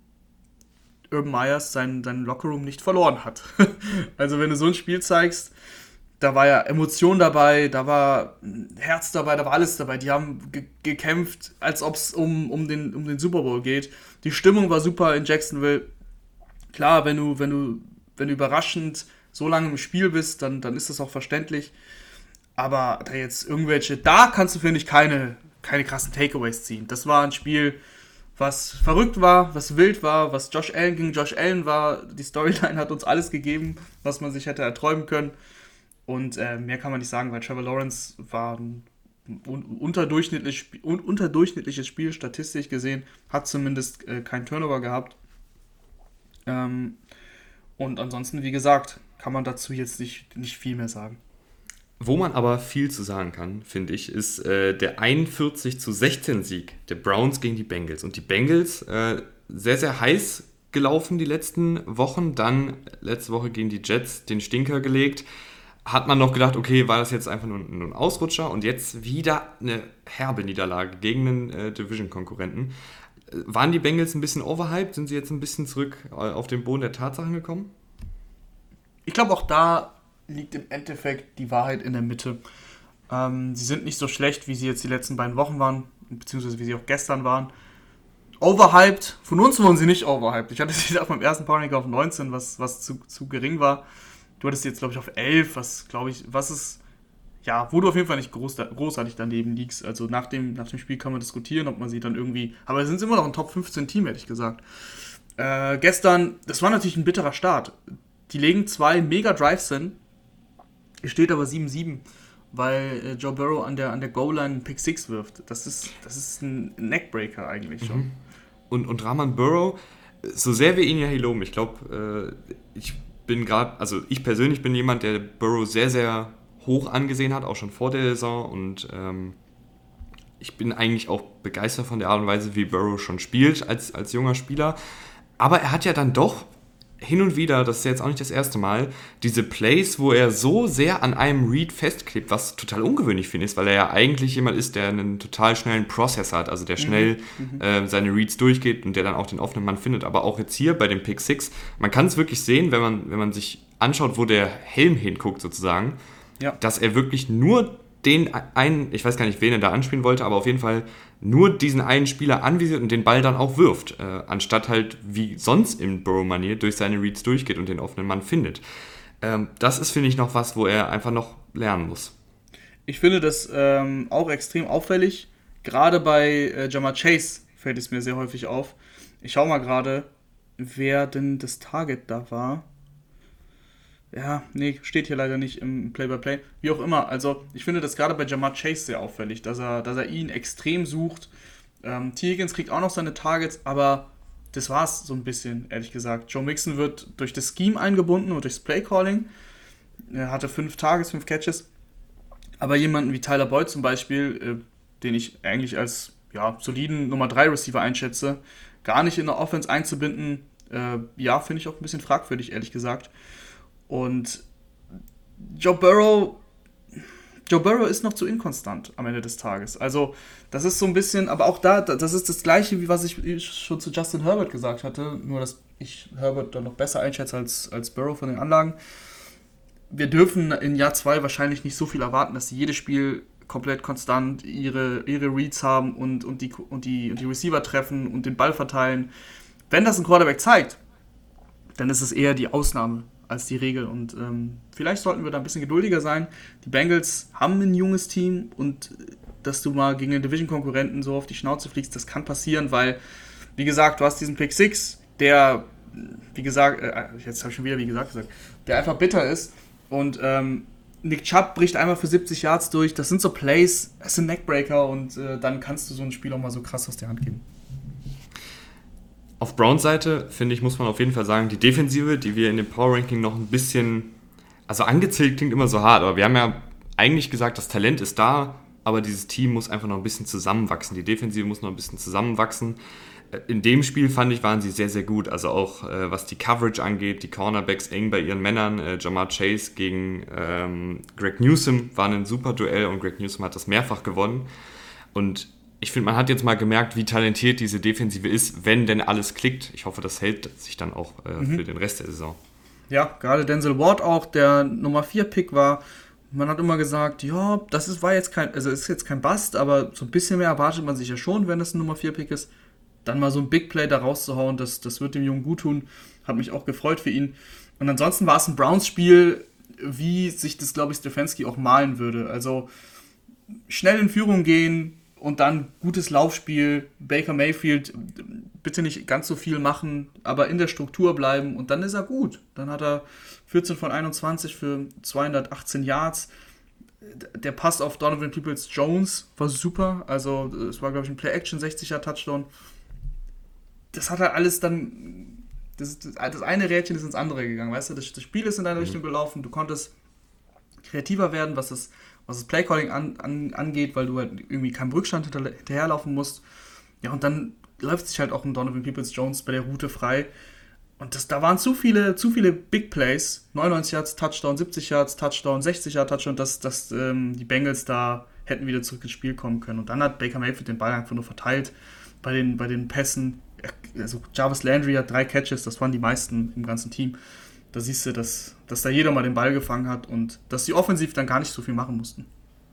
Urban Myers seinen, seinen Lockerroom nicht verloren hat. Also wenn du so ein Spiel zeigst, da war ja Emotion dabei, da war Herz dabei, da war alles dabei. Die haben ge- gekämpft, als ob es um, um, den, um den Super Bowl geht. Die Stimmung war super in Jacksonville. Klar, wenn du, wenn du, wenn du überraschend so lange im Spiel bist, dann, dann ist das auch verständlich. Aber da jetzt irgendwelche, da kannst du, finde ich, keine, keine krassen Takeaways ziehen. Das war ein Spiel, was verrückt war, was wild war, was Josh Allen gegen Josh Allen war. Die Storyline hat uns alles gegeben, was man sich hätte erträumen können. Und äh, mehr kann man nicht sagen, weil Trevor Lawrence war ein un- unterdurchschnittlich, un- unterdurchschnittliches Spiel, statistisch gesehen, hat zumindest äh, keinen Turnover gehabt. Ähm, und ansonsten, wie gesagt, kann man dazu jetzt nicht, nicht viel mehr sagen. Wo man aber viel zu sagen kann, finde ich, ist äh, der einundvierzig zu sechzehn Sieg der Browns gegen die Bengals. Und die Bengals äh, sehr, sehr heiß gelaufen die letzten Wochen. Dann letzte Woche gegen die Jets den Stinker gelegt. Hat man noch gedacht, okay, war das jetzt einfach nur, nur ein Ausrutscher? Und jetzt wieder eine herbe Niederlage gegen einen äh, Division-Konkurrenten. Äh, waren die Bengals ein bisschen overhyped? Sind sie jetzt ein bisschen zurück äh, auf den Boden der Tatsachen gekommen? Ich glaube, auch da liegt im Endeffekt die Wahrheit in der Mitte. Ähm, sie sind nicht so schlecht, wie sie jetzt die letzten beiden Wochen waren, beziehungsweise wie sie auch gestern waren. Overhyped, von uns wurden sie nicht overhyped. Ich hatte sie auf meinem ersten Powerranking auf neunzehn, was, was zu, zu gering war. Du hattest sie jetzt, glaube ich, auf elf, was, glaube ich, was ist, ja, wo du auf jeden Fall nicht groß, großartig daneben liegst. Also nach dem, nach dem Spiel kann man diskutieren, ob man sie dann irgendwie, aber sind sie immer noch ein Top fünfzehn Team, hätte ich gesagt. Äh, gestern, das war natürlich ein bitterer Start. Die legen zwei mega Drives hin. Es steht aber sieben sieben, weil äh, Joe Burrow an der, an der Goal-Line einen Pick six wirft. Das ist, das ist ein Neckbreaker eigentlich schon. Mhm. Und, und Rahman Burrow, so sehr wir ihn ja hier loben, ich glaube, äh, ich bin gerade, also ich persönlich bin jemand, der Burrow sehr, sehr hoch angesehen hat, auch schon vor der Saison. Und ähm, ich bin eigentlich auch begeistert von der Art und Weise, wie Burrow schon spielt als, als junger Spieler. Aber er hat ja dann doch hin und wieder, das ist ja jetzt auch nicht das erste Mal, diese Plays, wo er so sehr an einem Read festklebt, was total ungewöhnlich finde ich, weil er ja eigentlich jemand ist, der einen total schnellen Prozess hat, also der schnell mhm. äh, seine Reads durchgeht und der dann auch den offenen Mann findet. Aber auch jetzt hier bei dem Pick six, man kann es wirklich sehen, wenn man, wenn man sich anschaut, wo der Helm hinguckt sozusagen, ja. dass er wirklich nur den einen, ich weiß gar nicht, wen er da anspielen wollte, aber auf jeden Fall nur diesen einen Spieler anvisiert und den Ball dann auch wirft, äh, anstatt halt wie sonst in Burrow-Manier durch seine Reads durchgeht und den offenen Mann findet. Ähm, das ist, finde ich, noch was, wo er einfach noch lernen muss. Ich finde das ähm, auch extrem auffällig. Gerade bei äh, Ja'Marr Chase fällt es mir sehr häufig auf. Ich schaue mal gerade, wer denn das Target da war. Ja, nee, steht hier leider nicht im Play-by-Play. Wie auch immer, also ich finde das gerade bei Ja'Marr Chase sehr auffällig, dass er, dass er ihn extrem sucht. Ähm, T. Higgins kriegt auch noch seine Targets, aber das war's so ein bisschen, ehrlich gesagt. Joe Mixon wird durch das Scheme eingebunden und durchs Play-Calling. Er hatte fünf Targets, fünf Catches. Aber jemanden wie Tyler Boyd zum Beispiel, äh, den ich eigentlich als ja, soliden Nummer drei Receiver einschätze, gar nicht in der Offense einzubinden, äh, ja, finde ich auch ein bisschen fragwürdig, ehrlich gesagt. Und Joe Burrow, Joe Burrow ist noch zu inkonstant am Ende des Tages. Also das ist so ein bisschen, aber auch da, das ist das Gleiche, wie was ich schon zu Justin Herbert gesagt hatte, nur dass ich Herbert dann noch besser einschätze als, als Burrow von den Anlagen. Wir dürfen in Jahr zwei wahrscheinlich nicht so viel erwarten, dass sie jedes Spiel komplett konstant ihre, ihre Reads haben und, und, die, und, die, und die Receiver treffen und den Ball verteilen. Wenn das ein Quarterback zeigt, dann ist es eher die Ausnahme als die Regel. Und ähm, vielleicht sollten wir da ein bisschen geduldiger sein. Die Bengals haben ein junges Team und dass du mal gegen den Division-Konkurrenten so auf die Schnauze fliegst, das kann passieren, weil, wie gesagt, du hast diesen Pick six, der, wie gesagt, äh, jetzt habe ich schon wieder wie gesagt gesagt, der einfach bitter ist und ähm, Nick Chubb bricht einmal für siebzig Yards durch. Das sind so Plays, das sind Neckbreaker und äh, dann kannst du so ein Spiel auch mal so krass aus der Hand geben. Auf Browns Seite, finde ich, muss man auf jeden Fall sagen, die Defensive, die wir in dem Power Ranking noch ein bisschen, also angezählt klingt immer so hart, aber wir haben ja eigentlich gesagt, das Talent ist da, aber dieses Team muss einfach noch ein bisschen zusammenwachsen. Die Defensive muss noch ein bisschen zusammenwachsen. In dem Spiel, fand ich, waren sie sehr, sehr gut. Also auch äh, was die Coverage angeht, die Cornerbacks eng bei ihren Männern. Äh, Ja'Marr Chase gegen ähm, Greg Newsome war ein super Duell und Greg Newsome hat das mehrfach gewonnen. Und ich finde, man hat jetzt mal gemerkt, wie talentiert diese Defensive ist, wenn denn alles klickt. Ich hoffe, das hält sich dann auch äh, mhm. für den Rest der Saison. Ja, gerade Denzel Ward auch, der Nummer vier Pick war. Man hat immer gesagt, ja, das ist, war jetzt kein, also ist jetzt kein Bust, aber so ein bisschen mehr erwartet man sich ja schon, wenn das ein Nummer vier Pick ist. Dann mal so ein Big Play da rauszuhauen, das, das wird dem Jungen gut tun. Hat mich auch gefreut für ihn. Und ansonsten war es ein Browns-Spiel, wie sich das, glaube ich, Stefanski auch malen würde. Also schnell in Führung gehen und dann gutes Laufspiel. Baker Mayfield bitte nicht ganz so viel machen, aber in der Struktur bleiben und dann ist er gut. Dann hat er vierzehn von einundzwanzig für zweihundertachtzehn Yards. Der Pass auf Donovan Peoples-Jones war super. Also es war, glaube ich, ein Play-Action sechzig Yard Touchdown. Das hat halt alles dann, das, das eine Rädchen ist ins andere gegangen, weißt du, das, das Spiel ist in deine mhm. Richtung gelaufen, du konntest kreativer werden, was das, was das Playcalling an, an, angeht, weil du halt irgendwie keinem Rückstand hinter, hinterherlaufen musst. Ja, und dann läuft sich halt auch ein Donovan Peoples-Jones bei der Route frei. Und das, da waren zu viele, zu viele Big Plays, neunundneunzig Yards Touchdown, siebzig Yards Touchdown, sechzig Yards Touchdown, dass, dass ähm, die Bengals da hätten wieder zurück ins Spiel kommen können. Und dann hat Baker Mayfield den Ball einfach nur verteilt bei den, bei den Pässen. Also Jarvis Landry hat drei Catches, das waren die meisten im ganzen Team. Da siehst du, dass, dass da jeder mal den Ball gefangen hat und dass die offensiv dann gar nicht so viel machen mussten.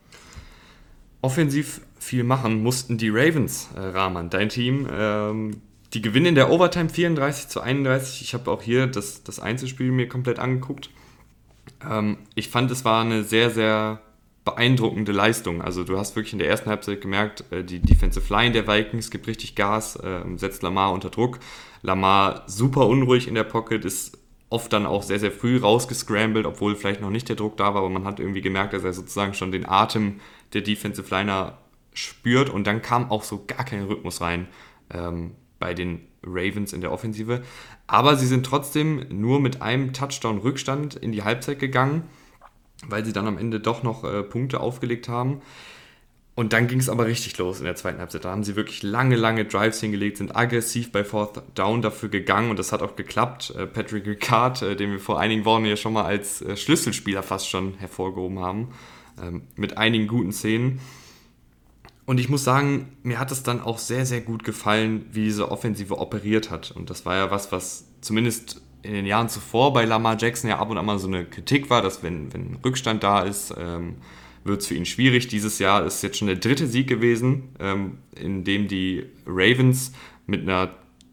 Offensiv viel machen mussten die Ravens, äh, Rahman, dein Team. Ähm, die gewinnen in der Overtime vierunddreißig zu einunddreißig. Ich habe auch hier das, das Einzelspiel mir komplett angeguckt. Ähm, ich fand, es war eine sehr, sehr beeindruckende Leistung. Also du hast wirklich in der ersten Halbzeit gemerkt, die Defensive Line der Vikings gibt richtig Gas, äh, setzt Lamar unter Druck. Lamar super unruhig in der Pocket, ist oft dann auch sehr, sehr früh rausgescrambled, obwohl vielleicht noch nicht der Druck da war, aber man hat irgendwie gemerkt, dass er sozusagen schon den Atem der Defensive Liner spürt und dann kam auch so gar kein Rhythmus rein ähm, bei den Ravens in der Offensive. Aber sie sind trotzdem nur mit einem Touchdown-Rückstand in die Halbzeit gegangen, weil sie dann am Ende doch noch äh, Punkte aufgelegt haben. Und dann ging es aber richtig los in der zweiten Halbzeit. Da haben sie wirklich lange, lange Drives hingelegt, sind aggressiv bei Fourth Down dafür gegangen und das hat auch geklappt. Äh, Patrick Ricard, äh, den wir vor einigen Wochen ja schon mal als äh, Schlüsselspieler fast schon hervorgehoben haben, ähm, mit einigen guten Szenen. Und ich muss sagen, mir hat es dann auch sehr, sehr gut gefallen, wie diese Offensive operiert hat. Und das war ja was, was zumindest in den Jahren zuvor bei Lamar Jackson ja ab und an mal so eine Kritik war, dass wenn, wenn Rückstand da ist, ähm, wird es für ihn schwierig. Dieses Jahr ist jetzt schon der dritte Sieg gewesen, ähm, in dem die Ravens mit einer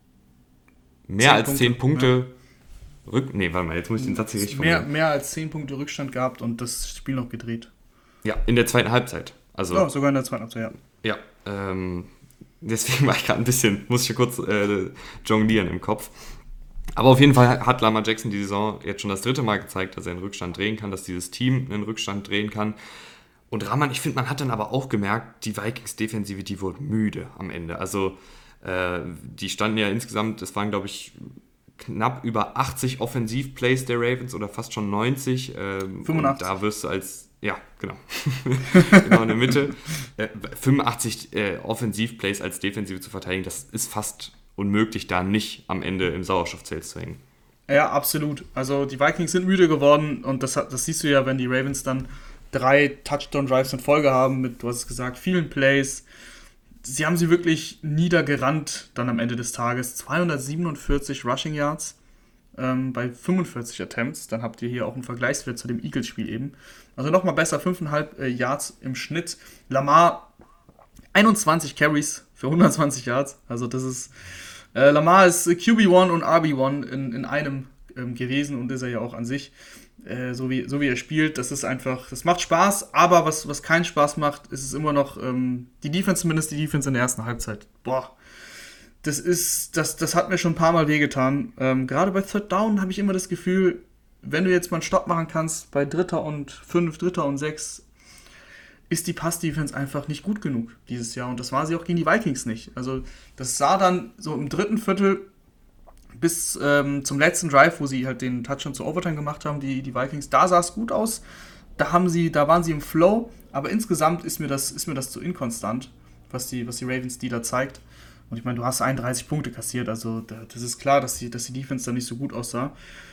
mehr als zehn Punkte ja. Rück... Nee, warte mal, jetzt muss ich den Satz hier richtig mehr, mehr als zehn Punkte Rückstand gehabt und das Spiel noch gedreht. Ja, in der zweiten Halbzeit. Also, ja, sogar in der zweiten Halbzeit, ja. Ja, ähm, deswegen war ich gerade ein bisschen, muss ich ja kurz äh, jonglieren im Kopf. Aber auf jeden Fall hat Lamar Jackson die Saison jetzt schon das dritte Mal gezeigt, dass er einen Rückstand drehen kann, dass dieses Team einen Rückstand drehen kann. Und Rahman, ich finde, man hat dann aber auch gemerkt, die Vikings-Defensive, die wurde müde am Ende. Also äh, die standen ja insgesamt, es waren glaube ich knapp über achtzig Offensivplays der Ravens oder fast schon neunzig. Äh, fünfundachtzig. Und da wirst du als, ja genau, genau in der Mitte, äh, fünfundachtzig äh, Offensivplays als Defensive zu verteidigen, das ist fast unmöglich, da nicht am Ende im Sauerstoffzelt zu hängen. Ja, absolut. Also die Vikings sind müde geworden und das, das siehst du ja, wenn die Ravens dann drei Touchdown-Drives in Folge haben mit, du hast es gesagt, vielen Plays. Sie haben sie wirklich niedergerannt dann am Ende des Tages. zweihundertsiebenundvierzig Rushing Yards ähm, bei fünfundvierzig Attempts. Dann habt ihr hier auch einen Vergleichswert zu dem Eagles-Spiel eben. Also nochmal besser, fünf Komma fünf äh, Yards im Schnitt. Lamar einundzwanzig Carries für hundertzwanzig Yards. Also das ist... Äh, Lamar ist Q B eins und R B eins in, in einem ähm, gewesen und ist er ja auch an sich, äh, so, wie, so wie er spielt. Das ist einfach, das macht Spaß, aber was, was keinen Spaß macht, ist es immer noch ähm, die Defense, zumindest die Defense in der ersten Halbzeit. Boah, das ist, das, das hat mir schon ein paar Mal wehgetan. Ähm, gerade bei Third Down habe ich immer das Gefühl, wenn du jetzt mal einen Stopp machen kannst, bei Dritter und Fünf, Dritter und Sechs, ist die Pass-Defense einfach nicht gut genug dieses Jahr. Und das war sie auch gegen die Vikings nicht. Also das sah dann so im dritten Viertel bis ähm, zum letzten Drive, wo sie halt den Touchdown zu Overtime gemacht haben, die, die Vikings, da sah es gut aus. Da, haben sie, da waren sie im Flow. Aber insgesamt ist mir das, ist mir das zu inkonstant, was die, was die Ravens die da zeigt. Und ich meine, du hast einunddreißig Punkte kassiert. Also das ist klar, dass die, dass die Defense da nicht so gut aussah.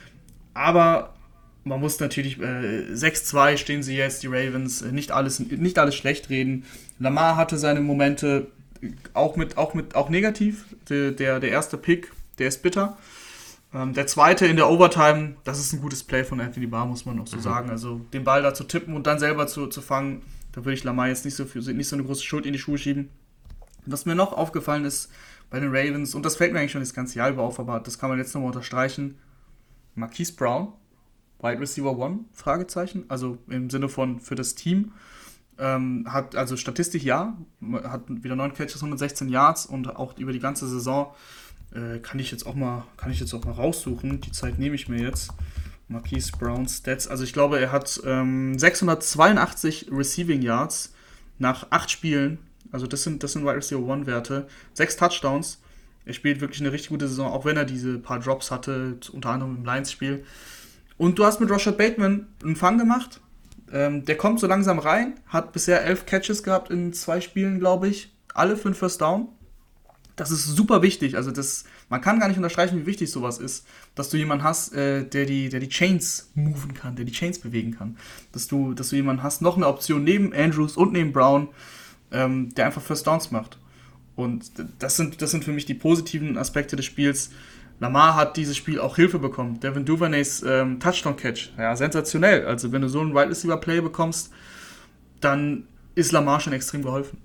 Aber man muss natürlich, äh, sechs zwei stehen sie jetzt, die Ravens, äh, nicht, alles, nicht alles schlecht reden. Lamar hatte seine Momente, auch, mit, auch, mit, auch negativ. Der, der, der erste Pick, der ist bitter. Ähm, der zweite in der Overtime, das ist ein gutes Play von Anthony Barr, muss man auch so mhm. sagen. Also den Ball da zu tippen und dann selber zu, zu fangen, da würde ich Lamar jetzt nicht so, für, nicht so eine große Schuld in die Schuhe schieben. Was mir noch aufgefallen ist bei den Ravens, und das fällt mir eigentlich schon das ganze Jahr über auf, aber das kann man jetzt nochmal unterstreichen, Marquise Brown, Wide Receiver One, Fragezeichen, also im Sinne von für das Team, ähm, hat also Statistik ja, hat wieder neun Catches, hundertsechzehn Yards und auch über die ganze Saison äh, kann ich jetzt auch mal, kann ich jetzt auch mal raussuchen, die Zeit nehme ich mir jetzt, Marquise Brown Stats, also ich glaube, er hat ähm, sechshundertzweiundachtzig Receiving Yards nach acht Spielen, also das sind, das sind Wide Receiver One Werte, sechs Touchdowns, er spielt wirklich eine richtig gute Saison, auch wenn er diese paar Drops hatte, unter anderem im Lions-Spiel. Und du hast mit Rashad Bateman einen Fang gemacht. Ähm, der kommt so langsam rein, hat bisher elf Catches gehabt in zwei Spielen, glaube ich. Alle für einen First Down. Das ist super wichtig. Also das, man kann gar nicht unterstreichen, wie wichtig sowas ist, dass du jemanden hast, äh, der, die, der die Chains moven kann, der die Chains bewegen kann. Dass du, dass du jemanden hast, noch eine Option neben Andrews und neben Brown, ähm, der einfach First Downs macht. Und das sind, das sind für mich die positiven Aspekte des Spiels. Lamar hat dieses Spiel auch Hilfe bekommen. Devin Duvernays ähm, Touchdown-Catch, ja, sensationell. Also wenn du so einen Wide Receiver-Play bekommst, dann ist Lamar schon extrem geholfen.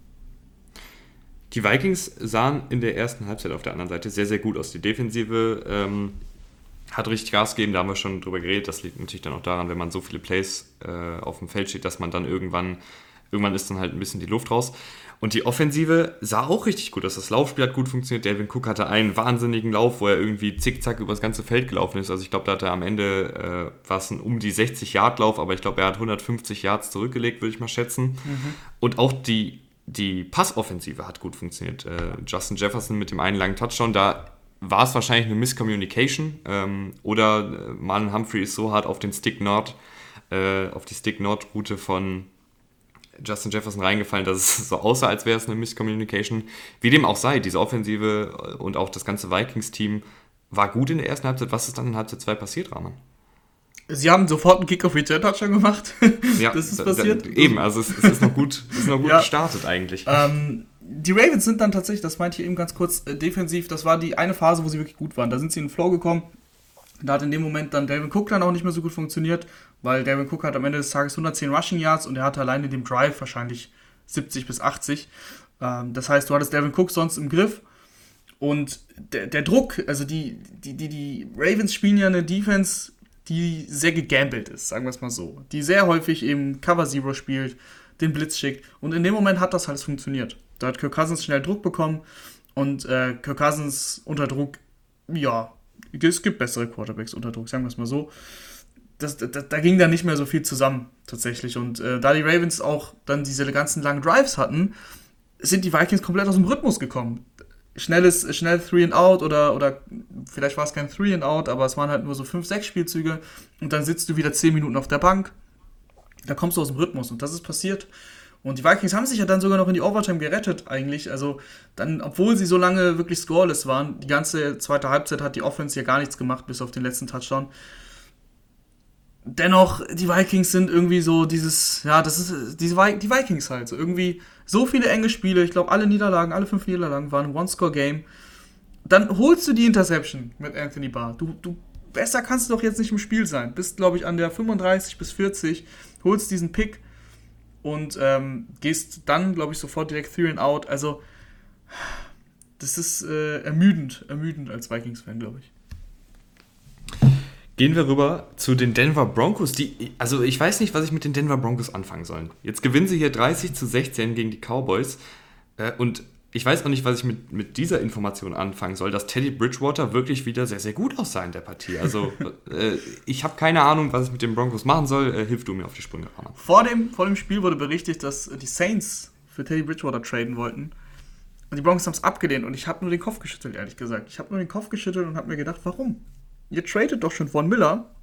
Die Vikings sahen in der ersten Halbzeit auf der anderen Seite sehr, sehr gut aus. Die Defensive ähm, hat richtig Gas gegeben, da haben wir schon drüber geredet. Das liegt natürlich dann auch daran, wenn man so viele Plays äh, auf dem Feld steht, dass man dann irgendwann, irgendwann ist dann halt ein bisschen die Luft raus. Und die Offensive sah auch richtig gut aus. Das Laufspiel hat gut funktioniert. Dalvin Cook hatte einen wahnsinnigen Lauf, wo er irgendwie zickzack über das ganze Feld gelaufen ist. Also ich glaube, da hat er am Ende, äh, war es ein um die sechzig-Yard-Lauf, aber ich glaube, er hat hundertfünfzig Yards zurückgelegt, würde ich mal schätzen. Mhm. Und auch die, die Passoffensive hat gut funktioniert. Äh, Justin Jefferson mit dem einen langen Touchdown, da war es wahrscheinlich eine Miscommunication. Ähm, oder äh, Marlon Humphrey ist so hart auf den Stick-Nord, äh, auf die Stick-Nord-Route von Justin Jefferson reingefallen, dass es so aussah, als wäre es eine Miscommunication. Wie dem auch sei, diese Offensive und auch das ganze Vikings-Team war gut in der ersten Halbzeit. Was ist dann in Halbzeit zwei passiert, Rahman? Sie haben sofort einen Kick-Off-Return-Touchdown gemacht. Ja, das ist passiert. Da, eben, also es, es ist noch gut, es ist noch gut ja. gestartet eigentlich. Ähm, die Ravens sind dann tatsächlich, das meinte ich eben ganz kurz, äh, defensiv, das war die eine Phase, wo sie wirklich gut waren. Da sind sie in den Flow gekommen. Da hat in dem Moment dann Dalvin Cook dann auch nicht mehr so gut funktioniert, weil Dalvin Cook hat am Ende des Tages hundertzehn Rushing Yards und er hatte allein in dem Drive wahrscheinlich siebzig bis achtzig. Ähm, das heißt, du hattest Dalvin Cook sonst im Griff und der, der Druck, also die, die, die, die Ravens spielen ja eine Defense, die sehr gegambelt ist, sagen wir es mal so. Die sehr häufig eben Cover Zero spielt, den Blitz schickt und in dem Moment hat das halt funktioniert. Da hat Kirk Cousins schnell Druck bekommen und äh, Kirk Cousins unter Druck, ja, es gibt bessere Quarterbacks unter Druck, sagen wir es mal so. Das, da, da ging dann nicht mehr so viel zusammen, tatsächlich. Und äh, da die Ravens auch dann diese ganzen langen Drives hatten, sind die Vikings komplett aus dem Rhythmus gekommen. Schnelles, schnell Three and Out oder, oder vielleicht war es kein Three and Out, aber es waren halt nur so fünf, sechs Spielzüge und dann sitzt du wieder zehn Minuten auf der Bank. Da kommst du aus dem Rhythmus und das ist passiert. Und die Vikings haben sich ja dann sogar noch in die Overtime gerettet eigentlich. Also dann, obwohl sie so lange wirklich scoreless waren, die ganze zweite Halbzeit hat die Offense ja gar nichts gemacht, bis auf den letzten Touchdown. Dennoch, die Vikings sind irgendwie so dieses, ja, das ist diese Vi- die Vikings halt. So irgendwie so viele enge Spiele, ich glaube alle Niederlagen, alle fünf Niederlagen waren ein One-Score-Game. Dann holst du die Interception mit Anthony Barr. Du, du, besser kannst du doch jetzt nicht im Spiel sein. Bist, glaube ich, an der fünfunddreißig bis vierzig, holst diesen Pick und ähm, gehst dann, glaube ich, sofort direkt Three and Out. Also, das ist äh, ermüdend, ermüdend als Vikings-Fan, glaube ich. Gehen wir rüber zu den Denver Broncos. Die, also ich weiß nicht, was ich mit den Denver Broncos anfangen soll. Jetzt gewinnen sie hier dreißig zu sechzehn gegen die Cowboys. Äh, und ich weiß auch nicht, was ich mit, mit dieser Information anfangen soll, dass Teddy Bridgewater wirklich wieder sehr, sehr gut aussah in der Partie. Also äh, ich habe keine Ahnung, was ich mit den Broncos machen soll. Äh, hilf du mir auf die Sprünge, Ramon. Vor dem, vor dem Spiel wurde berichtet, dass die Saints für Teddy Bridgewater traden wollten. Und die Broncos haben es abgelehnt. Und ich habe nur den Kopf geschüttelt, ehrlich gesagt. Ich habe nur den Kopf geschüttelt und habe mir gedacht, warum? Ihr tradet doch schon Von Miller.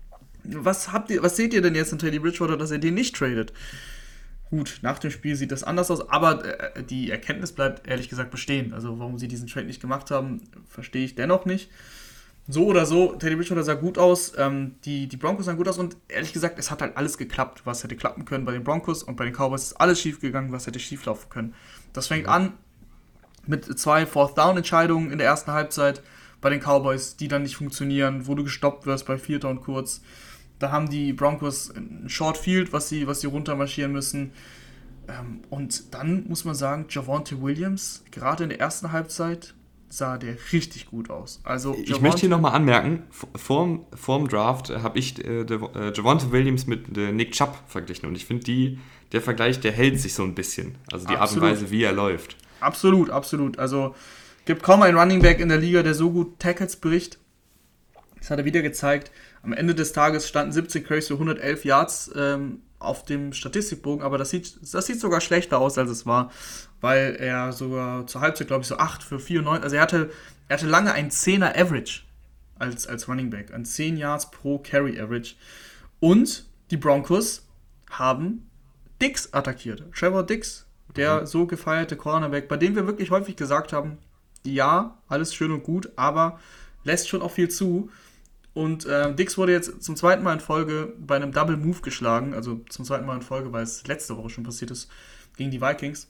Was, habt ihr, was seht ihr denn jetzt in Teddy Bridgewater, dass ihr den nicht tradet? Gut, nach dem Spiel sieht das anders aus, aber äh, die Erkenntnis bleibt ehrlich gesagt bestehen. Also warum sie diesen Trade nicht gemacht haben, verstehe ich dennoch nicht. So oder so, Teddy Bridgewater sah gut aus, ähm, die, die Broncos sahen gut aus und ehrlich gesagt, es hat halt alles geklappt, was hätte klappen können bei den Broncos, und bei den Cowboys ist alles schief gegangen, was hätte schief laufen können. Das fängt an mit zwei Fourth-Down-Entscheidungen in der ersten Halbzeit bei den Cowboys, die dann nicht funktionieren, wo du gestoppt wirst bei Vierter und Kurz. Da haben die Broncos ein Short Field, was sie, was sie runtermarschieren müssen. Ähm, und dann muss man sagen, Javonte Williams, gerade in der ersten Halbzeit, sah der richtig gut aus. Also ich Javonte, möchte hier nochmal anmerken, vorm, vorm Draft habe ich äh, äh, Javonte Williams mit äh, Nick Chubb verglichen. Und ich finde, der Vergleich, der hält sich so ein bisschen. Also die Absolut. Art und Weise, wie er läuft. Absolut, absolut. Also gibt kaum einen Running Back in der Liga, der so gut Tackles bricht. Das hat er wieder gezeigt. Am Ende des Tages standen siebzehn Carries für hundertelf Yards ähm, auf dem Statistikbogen, aber das sieht, das sieht sogar schlechter aus, als es war, weil er sogar zur Halbzeit, glaube ich, so acht für vierundneunzig, also er hatte, er hatte lange ein zehner Average als, als Running Back, ein zehn Yards pro Carry Average. Und die Broncos haben Diggs attackiert. Trevor Diggs, der mhm. so gefeierte Cornerback, bei dem wir wirklich häufig gesagt haben, ja, alles schön und gut, aber lässt schon auch viel zu. Und äh, Diggs wurde jetzt zum zweiten Mal in Folge bei einem Double Move geschlagen, also zum zweiten Mal in Folge, weil es letzte Woche schon passiert ist, gegen die Vikings.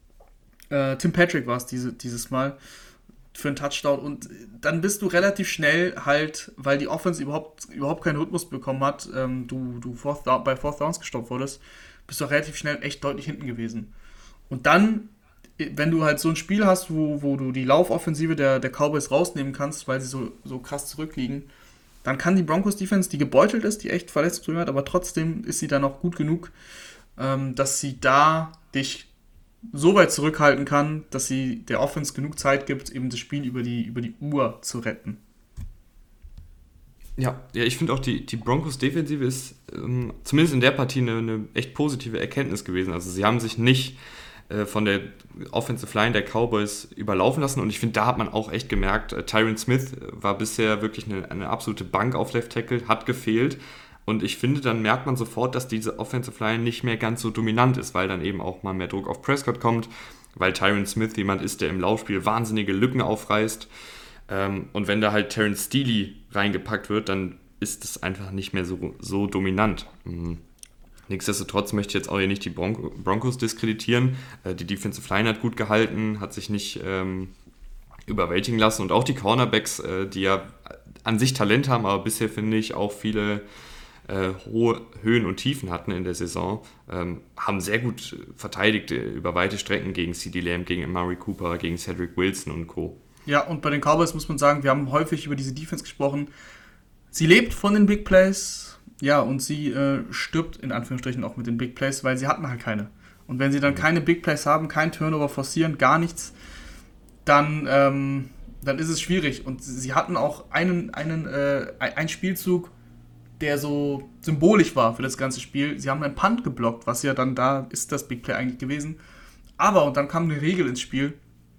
Äh, Tim Patrick war es diese, dieses Mal für einen Touchdown. Und dann bist du relativ schnell halt, weil die Offense überhaupt, überhaupt keinen Rhythmus bekommen hat, ähm, du, du fourth down, bei Fourth Downs gestoppt wurdest, bist du relativ schnell echt deutlich hinten gewesen. Und dann, wenn du halt so ein Spiel hast, wo, wo du die Laufoffensive der, der Cowboys rausnehmen kannst, weil sie so, so krass zurückliegen, dann kann die Broncos-Defense, die gebeutelt ist, die echt Verletzungsprobleme hat, aber trotzdem ist sie dann auch gut genug, ähm, dass sie da dich so weit zurückhalten kann, dass sie der Offense genug Zeit gibt, eben das Spiel über die, über die Uhr zu retten. Ja, ja, ich finde auch, die, die Broncos-Defensive ist ähm, zumindest in der Partie eine, eine echt positive Erkenntnis gewesen. Also sie haben sich nicht äh, von der Offensive Line der Cowboys überlaufen lassen, und ich finde, da hat man auch echt gemerkt, äh, Tyron Smith war bisher wirklich eine, eine absolute Bank auf Left Tackle, hat gefehlt, und ich finde, dann merkt man sofort, dass diese Offensive Line nicht mehr ganz so dominant ist, weil dann eben auch mal mehr Druck auf Prescott kommt, weil Tyron Smith jemand ist, der im Laufspiel wahnsinnige Lücken aufreißt, ähm, und wenn da halt Terrence Steele reingepackt wird, dann ist es einfach nicht mehr so, so dominant. Mhm. Nichtsdestotrotz möchte ich jetzt auch hier nicht die Bron- Broncos diskreditieren. Äh, die Defensive Line hat gut gehalten, hat sich nicht ähm, überwältigen lassen, und auch die Cornerbacks, äh, die ja an sich Talent haben, aber bisher, finde ich, auch viele äh, hohe Höhen und Tiefen hatten in der Saison, ähm, haben sehr gut verteidigt äh, über weite Strecken gegen CeeDee Lamb, gegen Amari Cooper, gegen Cedric Wilson und Co. Ja, und bei den Cowboys muss man sagen, wir haben häufig über diese Defense gesprochen. Sie lebt von den Big Plays. Ja, und sie äh, stirbt in Anführungsstrichen auch mit den Big Plays, weil sie hatten halt keine. Und wenn sie dann keine Big Plays haben, kein Turnover forcieren, gar nichts, dann, ähm, dann ist es schwierig. Und sie hatten auch einen, einen, äh, einen Spielzug, der so symbolisch war für das ganze Spiel. Sie haben einen Punt geblockt, was ja dann da ist das Big Play eigentlich gewesen. Aber, und dann kam eine Regel ins Spiel,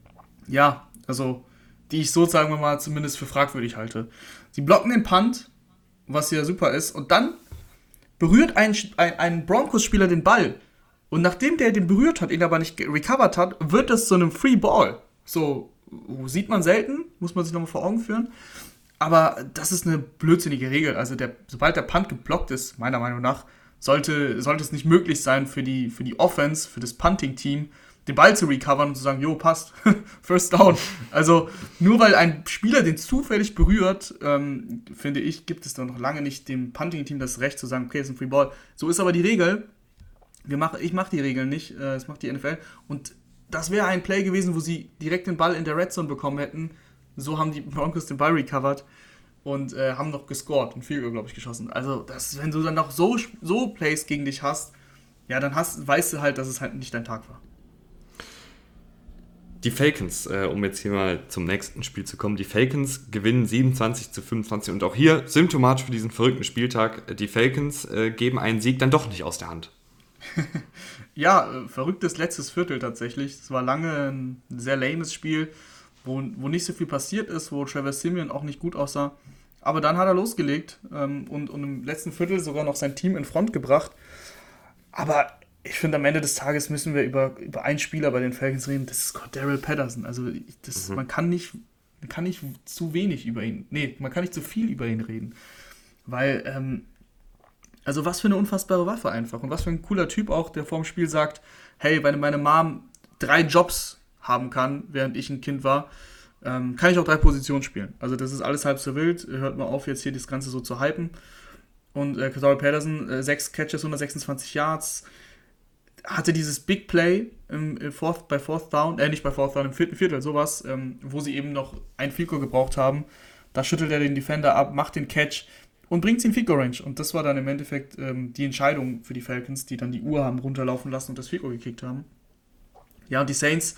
ja, also die ich so, sagen wir mal, zumindest für fragwürdig halte. Sie blocken den Punt, was ja super ist, und dann berührt ein, ein, ein Broncos-Spieler den Ball, und nachdem der den berührt hat, ihn aber nicht recovered hat, wird das zu einem Free Ball. So, sieht man selten, muss man sich nochmal vor Augen führen, aber das ist eine blödsinnige Regel. Also der, sobald der Punt geblockt ist, meiner Meinung nach, sollte, sollte es nicht möglich sein für die, für die Offense, für das Punting-Team, den Ball zu recovern und zu sagen, jo, passt, First Down. Also nur weil ein Spieler den zufällig berührt, ähm, finde ich, gibt es dann noch lange nicht dem Punting-Team das Recht zu sagen, okay, es ist ein Free Ball. So ist aber die Regel. Wir mach, ich mache die Regeln nicht, äh, das macht die N F L. Und das wäre ein Play gewesen, wo sie direkt den Ball in der Red Zone bekommen hätten. So haben die Broncos den Ball recovered. und äh, haben noch gescored, ein Field Goal, glaube ich, geschossen. Also, das, wenn du dann noch so, so Plays gegen dich hast, ja, dann hast, weißt du halt, dass es halt nicht dein Tag war. Die Falcons, äh, um jetzt hier mal zum nächsten Spiel zu kommen, die Falcons gewinnen siebenundzwanzig zu fünfundzwanzig und auch hier symptomatisch für diesen verrückten Spieltag, die Falcons äh, geben einen Sieg dann doch nicht aus der Hand. Ja, äh, verrücktes letztes Viertel tatsächlich. Es war lange ein sehr lames Spiel, wo, wo nicht so viel passiert ist, wo Trevor Siemian auch nicht gut aussah. Aber dann hat er losgelegt ähm, und, und im letzten Viertel sogar noch sein Team in Front gebracht. Aber ich finde, am Ende des Tages müssen wir über, über einen Spieler bei den Falcons reden, das ist Cordarrelle Patterson. Also das, mhm. man, kann nicht, man kann nicht zu wenig über ihn, nee, man kann nicht zu viel über ihn reden. Weil, ähm, also was für eine unfassbare Waffe einfach und was für ein cooler Typ auch, der vor dem Spiel sagt, hey, wenn meine Mom drei Jobs haben kann, während ich ein Kind war, ähm, kann ich auch drei Positionen spielen. Also das ist alles halb so wild, hört mal auf jetzt hier das Ganze so zu hypen. Und äh, Cordarrelle Patterson, äh, sechs Catches, hundertsechsundzwanzig Yards, hatte dieses Big Play im, im Fourth, bei Fourth Down, äh nicht bei Fourth Down, im vierten Viertel, sowas, ähm, wo sie eben noch ein Field Goal gebraucht haben. Da schüttelt er den Defender ab, macht den Catch und bringt sie in Field Goal Range. Und das war dann im Endeffekt ähm, die Entscheidung für die Falcons, die dann die Uhr haben runterlaufen lassen und das Field Goal gekickt haben. Ja, und die Saints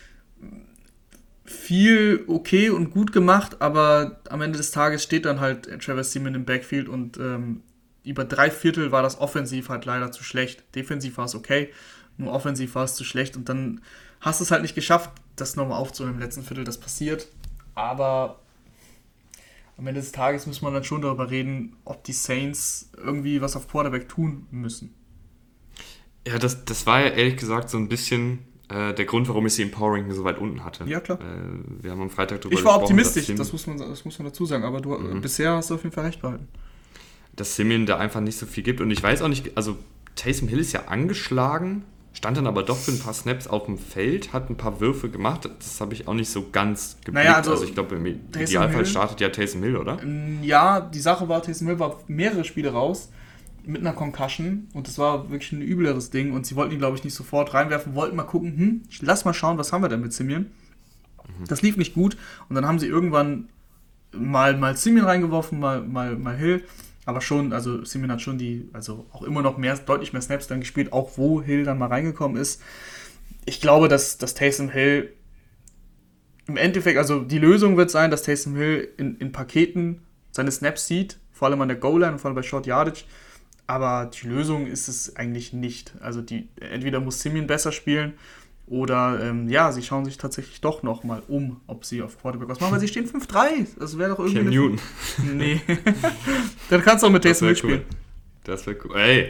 viel okay und gut gemacht, aber am Ende des Tages steht dann halt Trevor Siemian im Backfield und ähm, über drei Viertel war das offensiv halt leider zu schlecht. Defensiv war es okay, nur offensiv war es zu schlecht. Und dann hast du es halt nicht geschafft, das nochmal aufzunehmen im letzten Viertel, das passiert. Aber am Ende des Tages muss man dann schon darüber reden, ob die Saints irgendwie was auf Quarterback tun müssen. Ja, das, das war ja ehrlich gesagt so ein bisschen äh, der Grund, warum ich sie im Power Ranking so weit unten hatte. Ja, klar. Äh, wir haben am Freitag darüber gesprochen. Ich war gesprochen, optimistisch, das muss, man, das muss man dazu sagen. Aber du, mhm. bisher hast du auf jeden Fall recht behalten. Dass Siemian da einfach nicht so viel gibt. Und ich weiß auch nicht, also Taysom Hill ist ja angeschlagen, stand dann aber doch für ein paar Snaps auf dem Feld, hat ein paar Würfe gemacht. Das habe ich auch nicht so ganz geblickt. Naja, also, also ich glaube, im Idealfall Hill, startet ja Taysom Hill, oder? Ja, die Sache war, Taysom Hill war mehrere Spiele raus mit einer Concussion und das war wirklich ein übleres Ding und sie wollten ihn, glaube ich, nicht sofort reinwerfen, wollten mal gucken, hm, lass mal schauen, was haben wir denn mit Siemian. Mhm. Das lief nicht gut und dann haben sie irgendwann mal, mal Siemian reingeworfen, mal, mal, mal Hill. Aber schon, also Siemian hat schon die, also auch immer noch mehr, deutlich mehr Snaps dann gespielt, auch wo Hill dann mal reingekommen ist. Ich glaube, dass, dass Taysom Hill im Endeffekt, also die Lösung wird sein, dass Taysom Hill in, in Paketen seine Snaps sieht, vor allem an der Goal-Line und vor allem bei Short Yardage. Aber die Lösung ist es eigentlich nicht. Also die, entweder muss Siemian besser spielen oder ähm, ja, sie schauen sich tatsächlich doch nochmal um, ob sie auf Quarterback was machen, weil sie stehen fünf drei. Das wäre doch irgendwie... Cam Newton. Nee. Dann kannst du auch mit Taysom Hill spielen. Cool. Das wäre cool. Ey!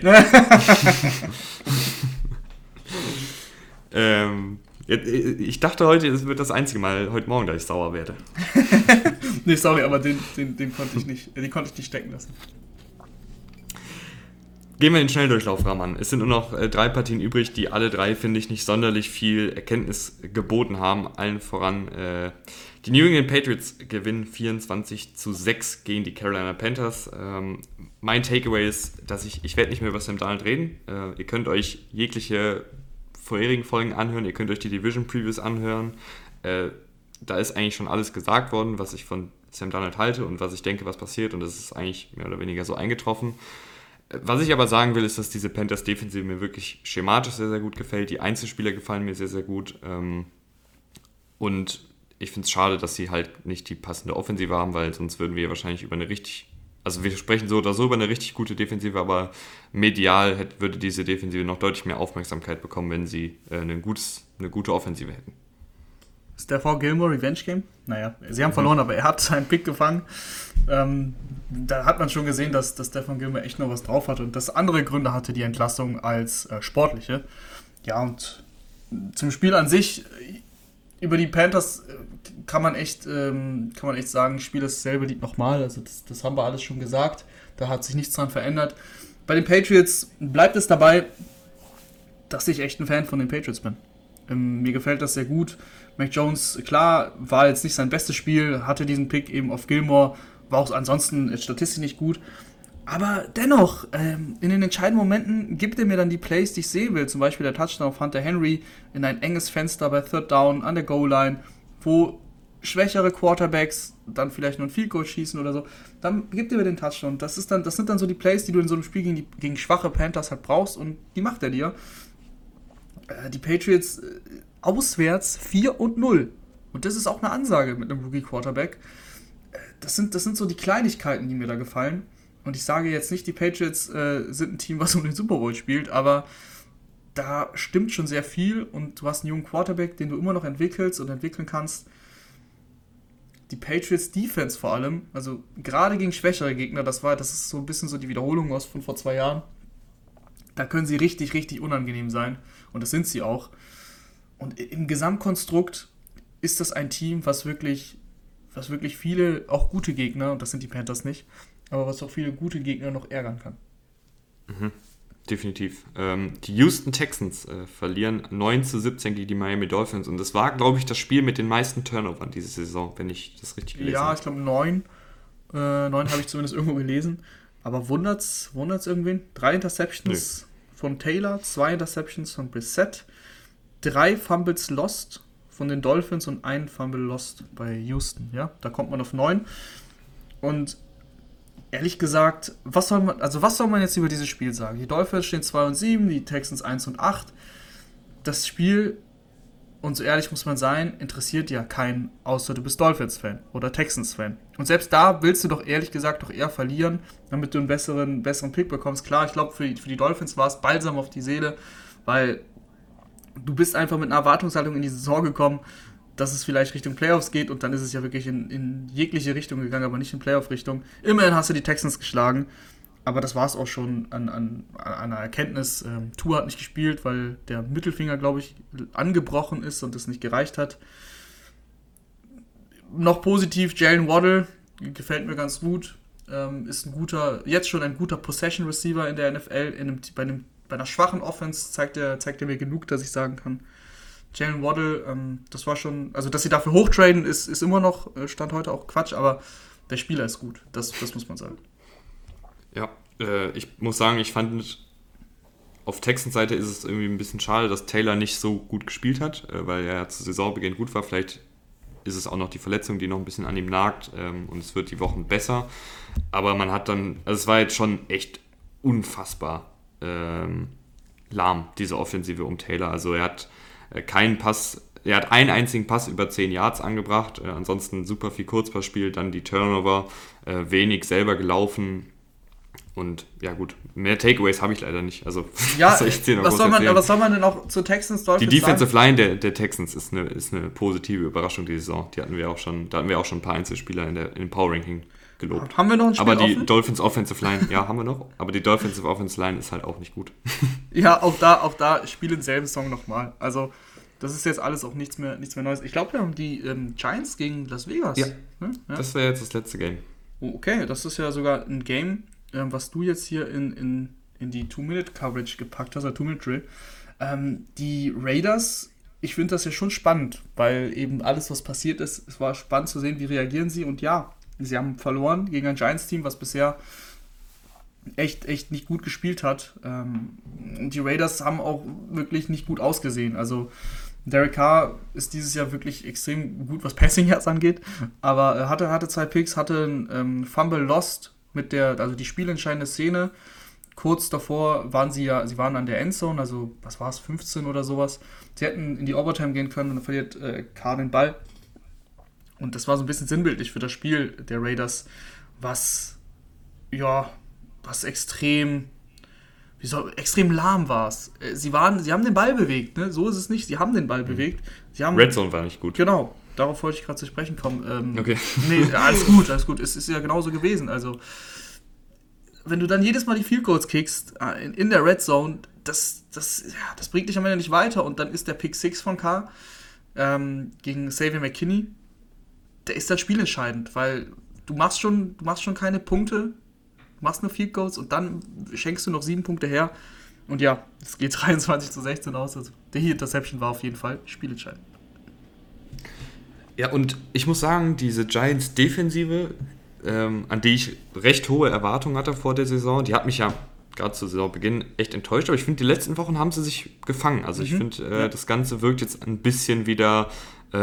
ähm, ich dachte heute, es wird das einzige Mal heute Morgen, da ich sauer werde. Nee, sorry, aber den, den, den, konnte ich nicht, den konnte ich nicht stecken lassen. Gehen wir in den Schnelldurchlauf, Rahman. Es sind nur noch äh, drei Partien übrig, die alle drei, finde ich, nicht sonderlich viel Erkenntnis geboten haben. Allen voran äh, die New England Patriots gewinnen vierundzwanzig zu sechs gegen die Carolina Panthers. Ähm, mein Takeaway ist, dass ich, ich werde nicht mehr über Sam Darnold reden. Äh, ihr könnt euch jegliche vorherigen Folgen anhören, ihr könnt euch die Division Previews anhören. Äh, da ist eigentlich schon alles gesagt worden, was ich von Sam Darnold halte und was ich denke, was passiert. Und das ist eigentlich mehr oder weniger so eingetroffen. Was ich aber sagen will, ist, dass diese Panthers-Defensive mir wirklich schematisch sehr, sehr gut gefällt. Die Einzelspieler gefallen mir sehr, sehr gut. Und ich finde es schade, dass sie halt nicht die passende Offensive haben, weil sonst würden wir wahrscheinlich über eine richtig... Also wir sprechen so oder so über eine richtig gute Defensive, aber medial hätte, würde diese Defensive noch deutlich mehr Aufmerksamkeit bekommen, wenn sie eine, gutes, eine gute Offensive hätten. Ist der Stephon Gilmore Revenge Game? Naja, sie haben verloren, aber er hat seinen Pick gefangen. Ähm, da hat man schon gesehen, dass, dass Stephon Gilmore echt noch was drauf hatte und dass andere Gründe hatte, die Entlassung als äh, sportliche. Ja, und zum Spiel an sich, über die Panthers kann man echt, ähm, kann man echt sagen, ich spiele dasselbe Lied nochmal. Also das, das haben wir alles schon gesagt. Da hat sich nichts dran verändert. Bei den Patriots bleibt es dabei, dass ich echt ein Fan von den Patriots bin. Ähm, mir gefällt das sehr gut. Mac Jones, klar, war jetzt nicht sein bestes Spiel, hatte diesen Pick eben auf Gilmore, war auch ansonsten statistisch nicht gut. Aber dennoch, ähm, in den entscheidenden Momenten gibt er mir dann die Plays, die ich sehen will. Zum Beispiel der Touchdown auf Hunter Henry in ein enges Fenster bei Third Down an der Goal-Line, wo schwächere Quarterbacks dann vielleicht nur ein Field Goal schießen oder so, dann gibt er mir den Touchdown. Das ist dann, das sind dann so die Plays, die du in so einem Spiel gegen, die, gegen schwache Panthers halt brauchst und die macht er dir. Äh, die Patriots äh, auswärts vier und null. Und das ist auch eine Ansage mit einem Rookie-Quarterback. Äh, das sind, das sind so die Kleinigkeiten, die mir da gefallen. Und ich sage jetzt nicht, die Patriots äh, sind ein Team, was um den Super Bowl spielt, aber da stimmt schon sehr viel und du hast einen jungen Quarterback, den du immer noch entwickelst und entwickeln kannst. Die Patriots Defense vor allem, also gerade gegen schwächere Gegner, das war, das ist so ein bisschen so die Wiederholung aus von vor zwei Jahren. Da können sie richtig, richtig unangenehm sein und das sind sie auch. Und im Gesamtkonstrukt ist das ein Team, was wirklich, was wirklich viele, auch gute Gegner, und das sind die Panthers nicht, aber was auch viele gute Gegner noch ärgern kann. Mhm. Definitiv. Ähm, die Houston Texans äh, verlieren neun zu siebzehn gegen die Miami Dolphins und das war, glaube ich, das Spiel mit den meisten Turnovern diese Saison, wenn ich das richtig gelesen habe. Ja, ich glaube neun. Äh, neun habe ich zumindest irgendwo gelesen. Aber wundert's, wundert's irgendwen? Drei Interceptions nee. von Taylor, zwei Interceptions von Brissett, drei Fumbles lost von den Dolphins und ein Fumble lost bei Houston. Ja, da kommt man auf neun. Und ehrlich gesagt, was soll man, also was soll man jetzt über dieses Spiel sagen? Die Dolphins stehen zwei und sieben, die Texans eins und acht. Das Spiel, und so ehrlich muss man sein, interessiert ja keinen, außer du bist Dolphins-Fan oder Texans-Fan. Und selbst da willst du doch ehrlich gesagt doch eher verlieren, damit du einen besseren, besseren Pick bekommst. Klar, ich glaube, für die, für die Dolphins war es balsam auf die Seele, weil du bist einfach mit einer Erwartungshaltung in die Saison gekommen, dass es vielleicht Richtung Playoffs geht und dann ist es ja wirklich in, in jegliche Richtung gegangen, aber nicht in Playoff-Richtung. Immerhin hast du die Texans geschlagen, aber das war es auch schon an, an, an einer Erkenntnis. Ähm, Tua hat nicht gespielt, weil der Mittelfinger, glaube ich, angebrochen ist und es nicht gereicht hat. Noch positiv, Jalen Waddle, gefällt mir ganz gut, ähm, ist ein guter, jetzt schon ein guter Possession-Receiver in der N F L, in einem, bei, einem, bei einer schwachen Offense zeigt er, zeigt er mir genug, dass ich sagen kann, Jalen Waddle, ähm, das war schon, also dass sie dafür hochtraden, ist, ist immer noch, Stand heute auch Quatsch, aber der Spieler ist gut, das, das muss man sagen. Ja, äh, ich muss sagen, ich fand, auf Texans Seite ist es irgendwie ein bisschen schade, dass Taylor nicht so gut gespielt hat, äh, weil er zu Saisonbeginn gut war, vielleicht ist es auch noch die Verletzung, die noch ein bisschen an ihm nagt ähm, und es wird die Wochen besser, aber man hat dann, also es war jetzt schon echt unfassbar ähm, lahm, diese Offensive um Taylor, also er hat keinen Pass, er hat einen einzigen Pass über zehn Yards angebracht, äh, ansonsten super viel Kurzpassspiel, dann die Turnover, äh, wenig selber gelaufen und ja gut, mehr Takeaways habe ich leider nicht, also ja, was soll ich dir noch was, soll man, erzählen? was soll man denn auch zu Texans Dolphins Die Defensive sagen? Line der, der Texans ist eine, ist eine positive Überraschung die Saison, die hatten wir auch schon, da hatten wir auch schon ein paar Einzelspieler in der, in dem Power Ranking gelobt. Haben wir noch ein Spiel Aber die offen? Dolphins Offensive Line, ja, haben wir noch, aber die Dolphins Offensive Line ist halt auch nicht gut. Ja, auch da, auch da spielen selben Song nochmal, also das ist jetzt alles auch nichts mehr, nichts mehr Neues. Ich glaube, wir haben die ähm, Giants gegen Las Vegas. Ja, ne? Ja. Das wäre jetzt das letzte Game. Oh, okay, das ist ja sogar ein Game, ähm, was du jetzt hier in, in, in die Two-Minute-Coverage gepackt hast, oder Two-Minute-Drill. Ähm, die Raiders, ich finde das ja schon spannend, weil eben alles, was passiert ist, es war spannend zu sehen, wie reagieren sie. Und ja, sie haben verloren gegen ein Giants-Team, was bisher echt, echt nicht gut gespielt hat. Ähm, die Raiders haben auch wirklich nicht gut ausgesehen. Also Derek Carr ist dieses Jahr wirklich extrem gut, was Passing Yards angeht, aber er hatte, hatte zwei Picks, hatte einen ähm, Fumble lost mit der, also die spielentscheidende Szene. Kurz davor waren sie ja, sie waren an der Endzone, also was war es, fünfzehn oder sowas. Sie hätten in die Overtime gehen können und dann verliert äh, Carr den Ball. Und das war so ein bisschen sinnbildlich für das Spiel der Raiders, was, ja, was extrem, wie soll, extrem lahm war es. Sie waren, sie haben den Ball bewegt, ne? So ist es nicht, sie haben den Ball mhm. bewegt. Sie haben, Red Zone war nicht gut. Genau, darauf wollte ich gerade zu sprechen kommen. Ähm, okay. Nee, alles gut, alles gut, es ist ja genauso gewesen, also wenn du dann jedes Mal die Field Goals kickst in, in der Red Zone, das, das, ja, das bringt dich am Ende nicht weiter und dann ist der Pick six von Carr ähm, gegen Xavier McKinney, der ist dann spielentscheidend, weil du machst schon, du machst schon keine Punkte, du machst nur Field Goals und dann schenkst du noch sieben Punkte her und ja, es geht dreiundzwanzig zu sechzehn aus, also die Interception war auf jeden Fall spielentscheidend. Ja, und ich muss sagen, diese Giants-Defensive, ähm, an die ich recht hohe Erwartungen hatte vor der Saison, die hat mich ja gerade zu Saisonbeginn echt enttäuscht, aber ich finde, die letzten Wochen haben sie sich gefangen. Also mhm. ich finde, äh, ja. das Ganze wirkt jetzt ein bisschen wieder ähm,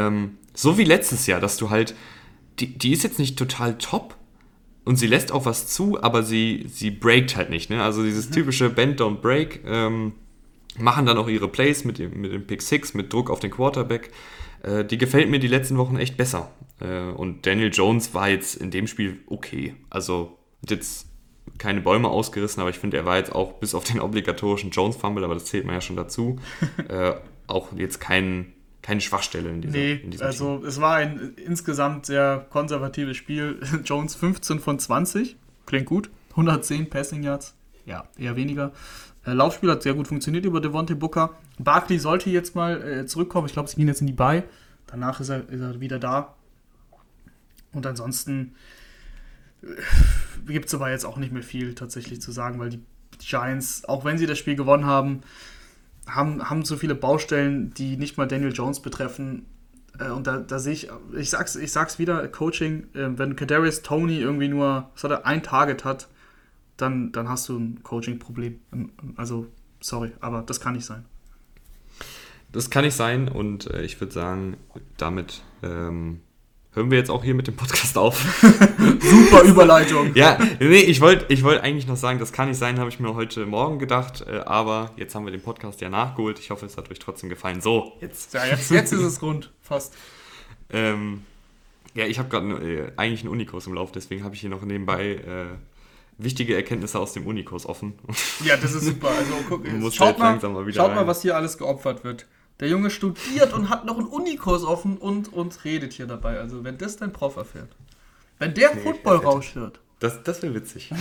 so wie letztes Jahr, dass du halt, die, die ist jetzt nicht total top und sie lässt auch was zu, aber sie, sie breakt halt nicht. Ne? Also dieses mhm. typische Bend, Don't Break, ähm, machen dann auch ihre Plays mit dem, mit dem Pick Six, mit Druck auf den Quarterback. Äh, die gefällt mir die letzten Wochen echt besser. Äh, und Daniel Jones war jetzt in dem Spiel okay. Also hat jetzt keine Bäume ausgerissen, aber ich finde, er war jetzt auch bis auf den obligatorischen Jones-Fumble, aber das zählt man ja schon dazu, äh, auch jetzt kein, keine Schwachstelle in, dieser, nee, in diesem also Team. Es war ein insgesamt sehr konservatives Spiel. Jones fünfzehn von zwanzig, klingt gut. hundertzehn Passing Yards, ja, eher weniger. Äh, Laufspiel hat sehr gut funktioniert über Devontae Booker. Barkley sollte jetzt mal äh, zurückkommen. Ich glaube, sie gehen jetzt in die Bye. Danach ist er, ist er wieder da. Und ansonsten gibt es aber jetzt auch nicht mehr viel tatsächlich zu sagen, weil die Giants, auch wenn sie das Spiel gewonnen haben, haben, haben so viele Baustellen, die nicht mal Daniel Jones betreffen. Äh, und da, da sehe ich, ich sag's, ich sag's wieder, Coaching, äh, wenn Kadarius Toney irgendwie nur, was hat er, ein Target hat, dann, dann hast du ein Coaching-Problem. Also, sorry, aber das kann nicht sein. Das kann nicht sein und äh, ich würde sagen, damit ähm, hören wir jetzt auch hier mit dem Podcast auf. Super Überleitung. Ja, nee, ich wollte ich wollt eigentlich noch sagen, das kann nicht sein, habe ich mir heute Morgen gedacht, äh, aber jetzt haben wir den Podcast ja nachgeholt. Ich hoffe, es hat euch trotzdem gefallen. So, jetzt. Ja, jetzt, jetzt ist es rund, fast. ähm, ja, ich habe gerade äh, eigentlich einen Unikurs im Lauf, deswegen habe ich hier noch nebenbei äh, wichtige Erkenntnisse aus dem Unikurs offen. Ja, das ist super. Also guck, muss schaut, mal, langsam mal, wieder schaut rein. mal, was hier alles geopfert wird. Der Junge studiert und hat noch einen Unikurs offen und, und redet hier dabei. Also wenn das dein Prof erfährt. Wenn der nee, Football-Rausch hört. Das, das wäre witzig.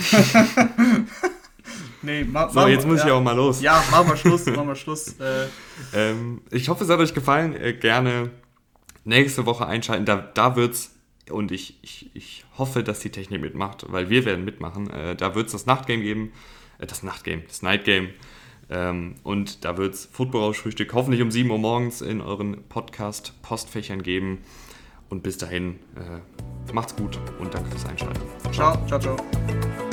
nee, ma, so, jetzt muss ja. ich auch mal los. Ja, machen wir Schluss, machen wir Schluss. Äh. Ähm, ich hoffe, es hat euch gefallen. Äh, gerne nächste Woche einschalten. Da, da wird's, und ich, ich, ich hoffe, dass die Technik mitmacht, weil wir werden mitmachen. Äh, da wird es das Nachtgame geben. Äh, das Nachtgame, das Nightgame. Ähm, und da wird es Football-Frühstück hoffentlich um sieben Uhr morgens in euren Podcast-Postfächern geben. Und bis dahin, äh, macht's gut und danke fürs Einschalten. Ciao, ciao, ciao.